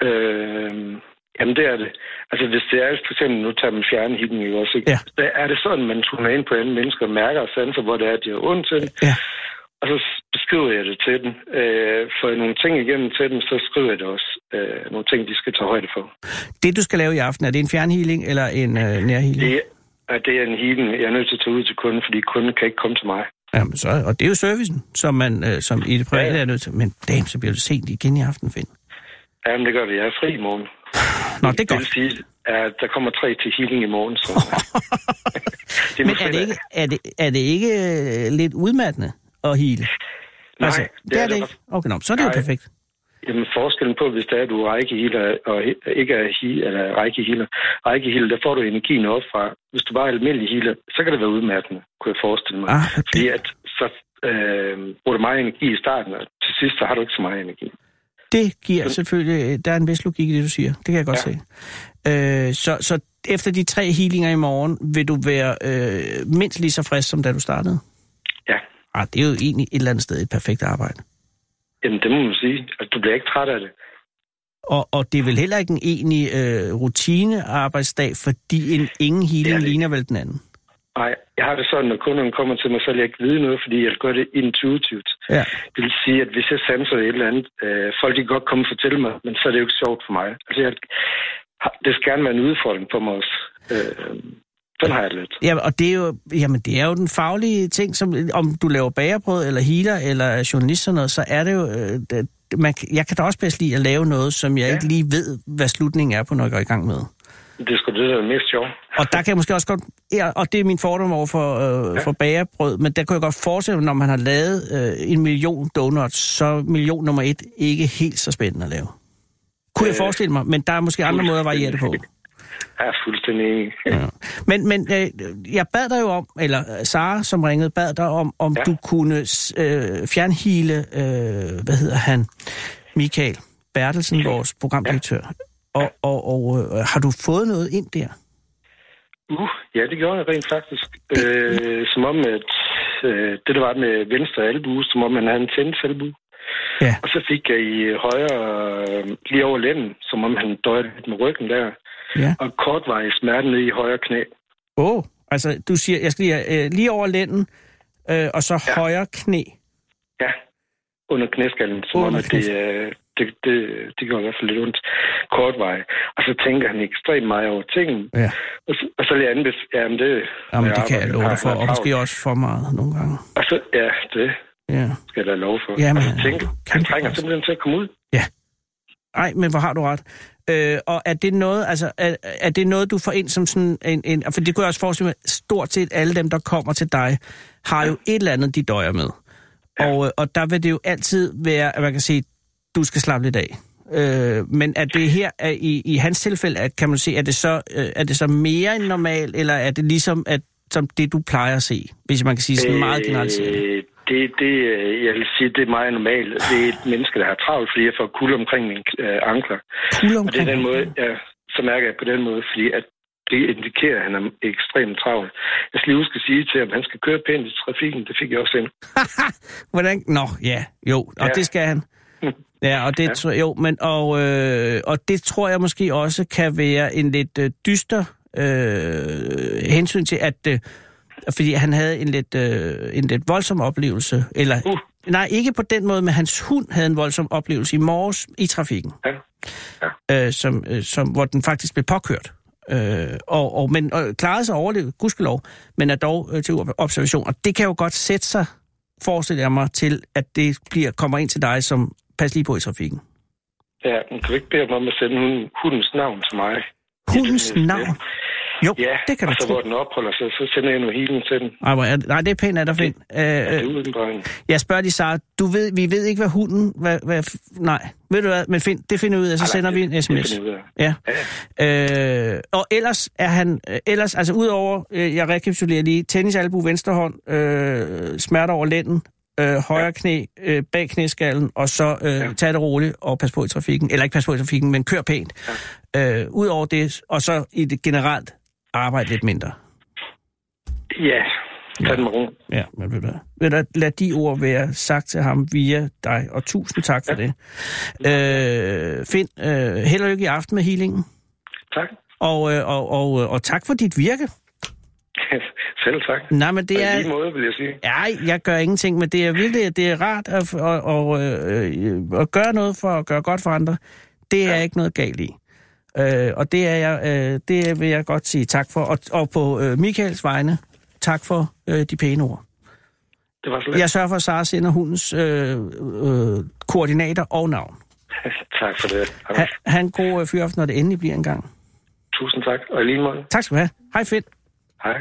jamen det er det. Altså hvis det er for eksempel, nu tager man fjernhealing, ikke også? Ikke? Ja. Der er det sådan, man tuner ind på andre mennesker, mærker og sanser, hvor det er, de har ondt til. Ja. Og så beskriver jeg det til dem. Får jeg nogle ting igennem til dem, så skriver jeg det også. Nogle ting, de skal tage højde for. Det, du skal lave i aften, er det en fjernhealing eller en nærhealing? Det er en healing. Jeg er nødt til at tage ud til kunden, fordi kunden kan ikke komme til mig. Jamen så, og det er jo servicen, som i det private er nødt til. Men damn, så bliver det sent igen i aften, Finn. Jamen det gør vi. Jeg er fri i morgen. Nå, det er godt. Det vil sige, at der kommer 3 til healing i morgen. Så. Men er det ikke lidt udmattende at heale? Nej, altså, det er det ikke. Okay, så er det jo perfekt. Jamen forskellen på, hvis der er, du er Reiki-healer og ikke er Reiki-healer. Reiki-healer, der får du energien op fra. Hvis du bare er almindelig healer, så kan det være udmattende, kunne jeg forestille mig. Okay. Fordi at så bruger du meget energi i starten, og til sidst så har du ikke så meget energi. Det giver selvfølgelig... Der er en vis logik i det, du siger. Det kan jeg godt se. Så efter de 3 healinger i morgen, vil du være mindst lige så frisk, som da du startede? Ja. Det er jo egentlig et eller andet sted et perfekt arbejde. Jamen, det må man sige. Altså, du bliver ikke træt af det. Og det er vel heller ikke en egentlig rutinearbejdsdag, fordi ingen healing ligner vel den anden? Nej, jeg har det sådan, når kunderne kommer til mig, så vil jeg ikke vide noget, fordi jeg gør det intuitivt. Ja. Det vil sige, at hvis jeg sanser et eller andet, folk kan godt komme og fortælle mig, men så er det jo ikke sjovt for mig. Altså, det skal gerne være en udfordring for mig også. Den har jeg lidt. Ja, og det er jo den faglige ting, som om du laver bagerbrød, eller healer, eller journalist og noget, så er det jo... jeg kan da også bedst lide at lave noget, som jeg ikke lige ved, hvad slutningen er på, når jeg går i gang med. Det er sgu det, der er mest sjovt. Og der kan jeg måske også godt... og det er min fordom over for bagerbrød, men der kan jeg godt forestille, når man har lavet 1 million donuts, så million nummer 1 ikke helt så spændende at lave. Kunne jeg forestille mig, men der er måske andre måder at variere det på. Jeg er fuldstændig enig. Ja. Men jeg bad dig jo om, eller Sara, som ringede, bad dig om du kunne fjernheale, hvad hedder han, Michael Bertelsen, vores programdirektør. Og har du fået noget ind der? Ja, det gjorde jeg rent faktisk. Som om, at det der var med venstre albue, som om han havde en tennisalbue. Ja. Og så fik jeg i højre, lige over lænden, som om han døjede lidt med ryggen der. Ja. Og kortvarig smerte nede i højre knæ. Altså du siger, jeg skal lige over lænden, og så højre knæ. Ja, under knæskallen, som om at det gør i hvert fald lidt ondt kortvarig. Og så tænker han ekstremt meget over tingene. Ja. Og så lige andet, jamen det kan jeg love dig for, og måske også for meget nogle gange. Og så, det skal jeg da love for. Jamen, og så tænker han trænger simpelthen til at komme ud. Ja. Ej, men hvor har du ret. Og er det noget, altså, er det noget, du får ind som sådan en for det kunne jeg også forestille mig, stort set alle dem, der kommer til dig, har jo et eller andet, de døjer med. Ja. Og der vil det jo altid være, at man kan sige, du skal slappe lidt af. Men er det her, i hans tilfælde, kan man se, er det så mere end normalt, eller er det ligesom som det, du plejer at se, hvis man kan sige sådan meget generaliseret? Jeg vil sige, det er meget normalt. Det er et menneske, der har travlt, fordi jeg får kulde omkring mine ankler. Og det er den måde, så mærker jeg på den måde, fordi at det indikerer, at han er ekstremt travlt. Jeg skal lige huske at sige til ham, at han skal køre pænt i trafikken. Det fik jeg også ind. Hvordan? Nå, ja. Jo, og det skal han. Ja, og det og det tror jeg måske også kan være en lidt dyster hensyn til, at fordi han havde en lidt voldsom oplevelse, eller nej, ikke på den måde, men hans hund havde en voldsom oplevelse i morges i trafikken, hvor den faktisk blev påkørt. Men klarede sig at overleve, gudskelov, men er dog til observation. Og det kan jo godt sætte sig, forestiller jeg mig, til, at det kommer ind til dig, som pas lige på i trafikken. Ja, men kan du ikke bede mig om at sende hundens navn til mig? Hundens navn? Jo, ja, det kan du og så hvor den opholder sig, så sender jeg noget healing til den. Nej, det er pænt af dig, Finn. Jeg spørger lige, Sara, vi ved ikke, hvad hunden... nej, ved du hvad, men Finn, det finder ud af, så sender vi en sms. Ja. Og ellers er han... altså udover, jeg rekapitulerer lige, tennisalbue, venstre hånd, smerter over lænden, højre knæ, bag knæskallen, og så tag det roligt og pas på i trafikken. Eller ikke pas på i trafikken, men kør pænt. Udover det, og så i det generelt arbejde lidt mindre. Ja, tag den med ro. Ja, men vil du lad de ord være sagt til ham via dig, og tusind tak for det. Finn, held og lykke i aften med healingen. Tak. Og tak for dit virke. Selv tak. Nej, men det er... På lige måde, vil jeg sige. Ja, jeg gør ingenting, men det er virkelig, det er rart at gøre noget for at gøre godt for andre. Det er ikke noget galt i. Og det er jeg, det vil jeg godt sige tak for. Og på Michaels vegne, tak for de pæne ord. Det var så lidt. Jeg sørger for, at Sara sender hundens koordinater og navn. Tak for det. Ha' en god fyraften, når det endelig bliver en gang. Tusind tak, og i lige måde. Tak skal du have. Hej, Finn. Hej.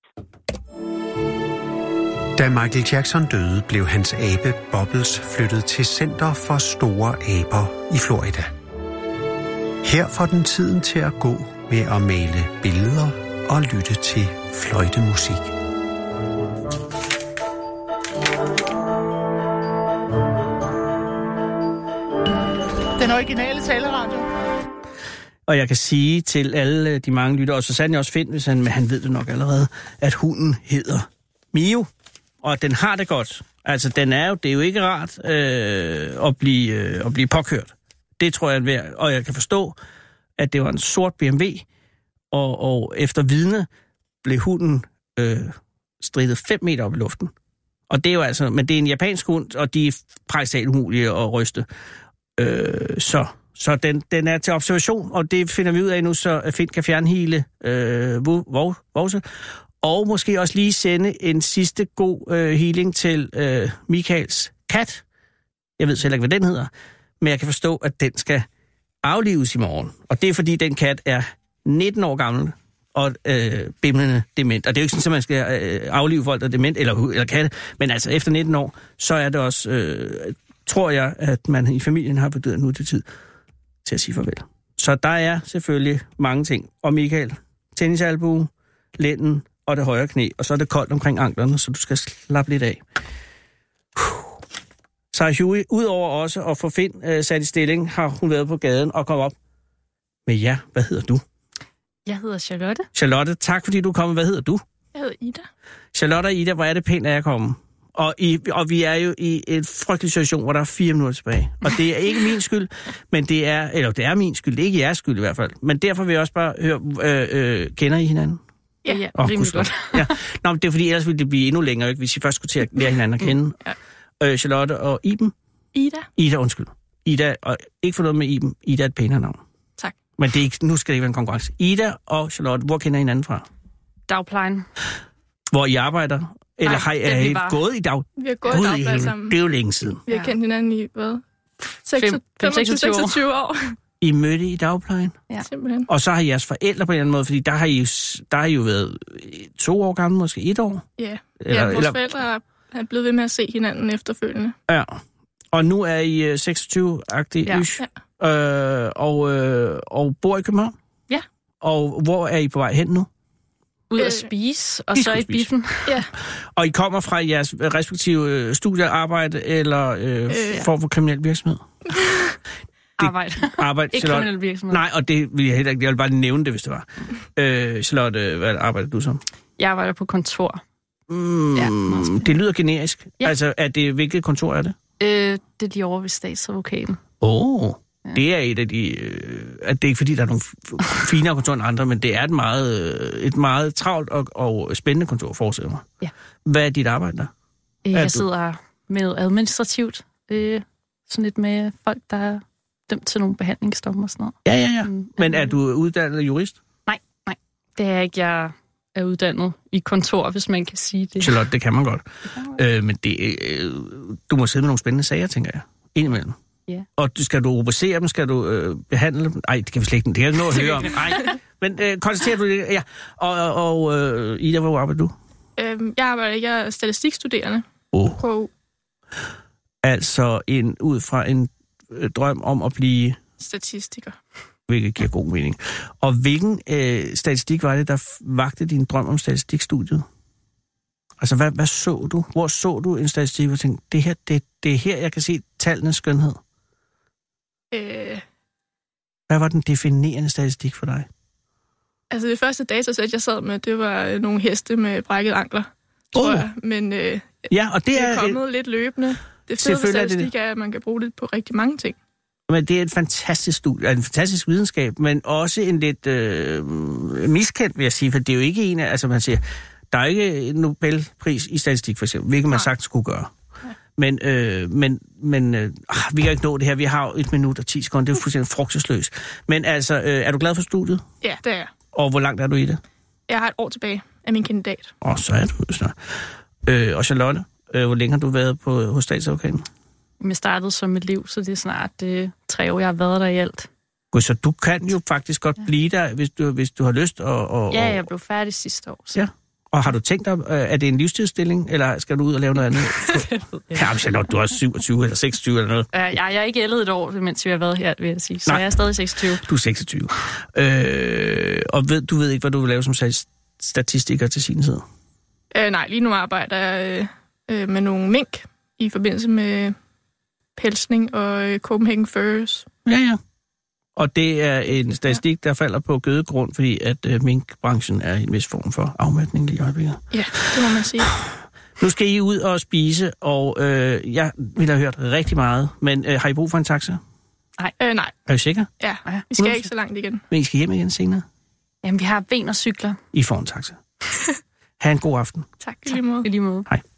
Da Michael Jackson døde, blev hans abe Bubbles flyttet til Center for Store Aber i Florida. Her får den tiden til at gå med at male billeder og lytte til fløjtemusik. Den originale taleradio. Og jeg kan sige til alle de mange lyttere, og så sandelig også Finn, hvis han ved det nok allerede, at hunden hedder Mio, og den har det godt. Altså, det er jo ikke rart at blive påkørt. Det tror jeg er værd. Og jeg kan forstå, at det var en sort BMW, og efter vidne blev hunden stridet 5 meter op i luften. Og det er jo altså, men det er en japansk hund, og de er praktisk talt umulige at ryste. Så den er til observation, og det finder vi ud af nu, så Finn kan fjernhile Vose. Og måske også lige sende en sidste god healing til Michaels kat. Jeg ved selv ikke, hvad den hedder, men jeg kan forstå, at den skal aflives i morgen. Og det er, fordi den kat er 19 år gammel og bimlende dement. Og det er jo ikke sådan, at man skal aflive folk, der er dement eller katte, men altså efter 19 år, så er det også, tror jeg, at man i familien har vurderet nu til tid til at sige farvel. Så der er selvfølgelig mange ting. Og Michael, tennisalbue, lænden og det højre knæ, og så er det koldt omkring anklerne, så du skal slappe lidt af. Så Huey, udover også at få Finn sat i stilling, har hun været på gaden og kommet op med jer. Hvad hedder du? Jeg hedder Charlotte. Charlotte, tak fordi du er kommet. Hvad hedder du? Jeg hedder Ida. Charlotte og Ida, hvor er det pænt, at jeg kommer. Og vi er jo i en frygtelig situation, hvor der er 4 minutter tilbage. Og det er ikke min skyld, men det er min skyld. Det er ikke jeres skyld i hvert fald. Men derfor vil jeg også bare høre, kender I hinanden? Ja, rimelig godt. Ja. Nå, men det er fordi, ellers ville det blive endnu længere, ikke, hvis I først skulle til at lære hinanden at kende. Ja. Charlotte og Iben? Ida, undskyld. Ida, og ikke for noget med Iben. Ida er et pænere navn. Tak. Men det er ikke, nu skal det ikke være en konkurrence. Ida og Charlotte, hvor kender I hinanden fra? Dagplejen. Hvor I arbejder? Eller har I gået i dag? Vi har gået i dagplejen sammen. Det er jo længe siden. Vi har kendt hinanden i, hvad? 26 år. I mødte i dagplejen? Ja, simpelthen. Og så har jeres forældre på en eller anden måde, fordi der har I jo været 2 år gamle, måske 1 år? Ja, vores forældre er blevet ved med at se hinanden efterfølgende. Ja, og nu er I 26-agtige, og bor i København? Ja. Og hvor er I på vej hen nu? Ud at spise, og så i biffen. Ja. Og I kommer fra jeres respektive studiearbejde, eller form for kriminel virksomhed? Arbejde. Ikke kriminel virksomhed. Nej, og det vil jeg heller ikke. Jeg vil bare nævne det, hvis det var. Charlotte, hvad arbejder du som? Jeg arbejder på kontor. Det lyder generisk. Ja. Altså, hvilket kontor er det? Det er de over ved statsadvokaten. Ja. Det er et af de... det er ikke fordi, der er nogle finere kontor end andre, men det er et meget travlt og spændende kontor, forestiller mig. Ja. Hvad er dit arbejde der? Jeg sidder med administrativt. Sådan lidt med folk, der er dømt til nogle behandlingsdomme og sådan noget. Ja. Men er du uddannet jurist? Nej. Det er ikke. Jeg er uddannet i kontor, hvis man kan sige det. Charlotte, det kan man godt. Men du må sidde med nogle spændende sager, tænker jeg. Indimellem. Ja. Og skal du rubricere dem? Skal du behandle dem? Nej, det kan vi slet ikke. Det kan jeg ikke nå at høre om. Nej. Men konstaterer du det? Ja. Og Ida, hvor arbejder du? Jeg er statistikstuderende. Altså ud fra en drøm om at blive... statistiker. Hvilket giver god mening. Og hvilken statistik var det, der vagte din drøm om statistikstudiet? Altså, hvad så du? Hvor så du en statistik, og tænkte, det er her, jeg kan se tallenes skønhed? Hvad var den definerende statistik for dig? Altså, det første datasæt, jeg sad med, det var nogle heste med brækket ankler, tror jeg. Men og det er kommet lidt løbende. Det fede statistik er, at man kan bruge det på rigtig mange ting. Men det er et fantastisk studie, en fantastisk videnskab, men også en lidt miskendt, vil jeg sige, for det er jo ikke en af, altså man siger, der er ikke en Nobelpris i statistik, for eksempel, hvilket man sagtens skulle gøre. Ja. Men vi kan ikke nå det her. Vi har jo 1 minut og 10 sekunder. Det er fuldstændig frugtesløst. Men altså, er du glad for studiet? Ja, det er jeg. Og hvor langt er du i det? Jeg har 1 år tilbage af min kandidat. Så er du snart. Og Charlotte, hvor længe har du været hos statsadvokaten? Jeg startede som elev, så det er snart 3 år, jeg har været der i alt. Så du kan jo faktisk godt blive der, hvis du har lyst. Ja, jeg blev færdig sidste år. Så. Ja. Og har du tænkt dig, er det en livstidsstilling, eller skal du ud og lave noget andet? Ja, Charlotte, du er 27 eller 26 eller noget. Jeg er ikke ældet 1 år, mens vi har været her, vil jeg sige. Så jeg er stadig 26. Du er 26. Og du ved ikke, hvad du vil lave som statistiker til sin tid? Nej, lige nu arbejder jeg med nogle mink i forbindelse med pelsning og Copenhagen Furs. Ja. Og det er en statistik, der falder på gødegrund, fordi at minkbranchen er i en vis form for afmatning lige i øjeblikket. Ja, det må man sige. Nu skal I ud og spise, og jeg ville have hørt rigtig meget, men har I brug for en taxa? Nej. Er I sikre? Ja, vi skal ikke så langt igen. Men I skal hjem igen senere? Jamen, vi har ben og cykler. I får en taxa. Ha' en god aften. Tak. I lige måde. Hej.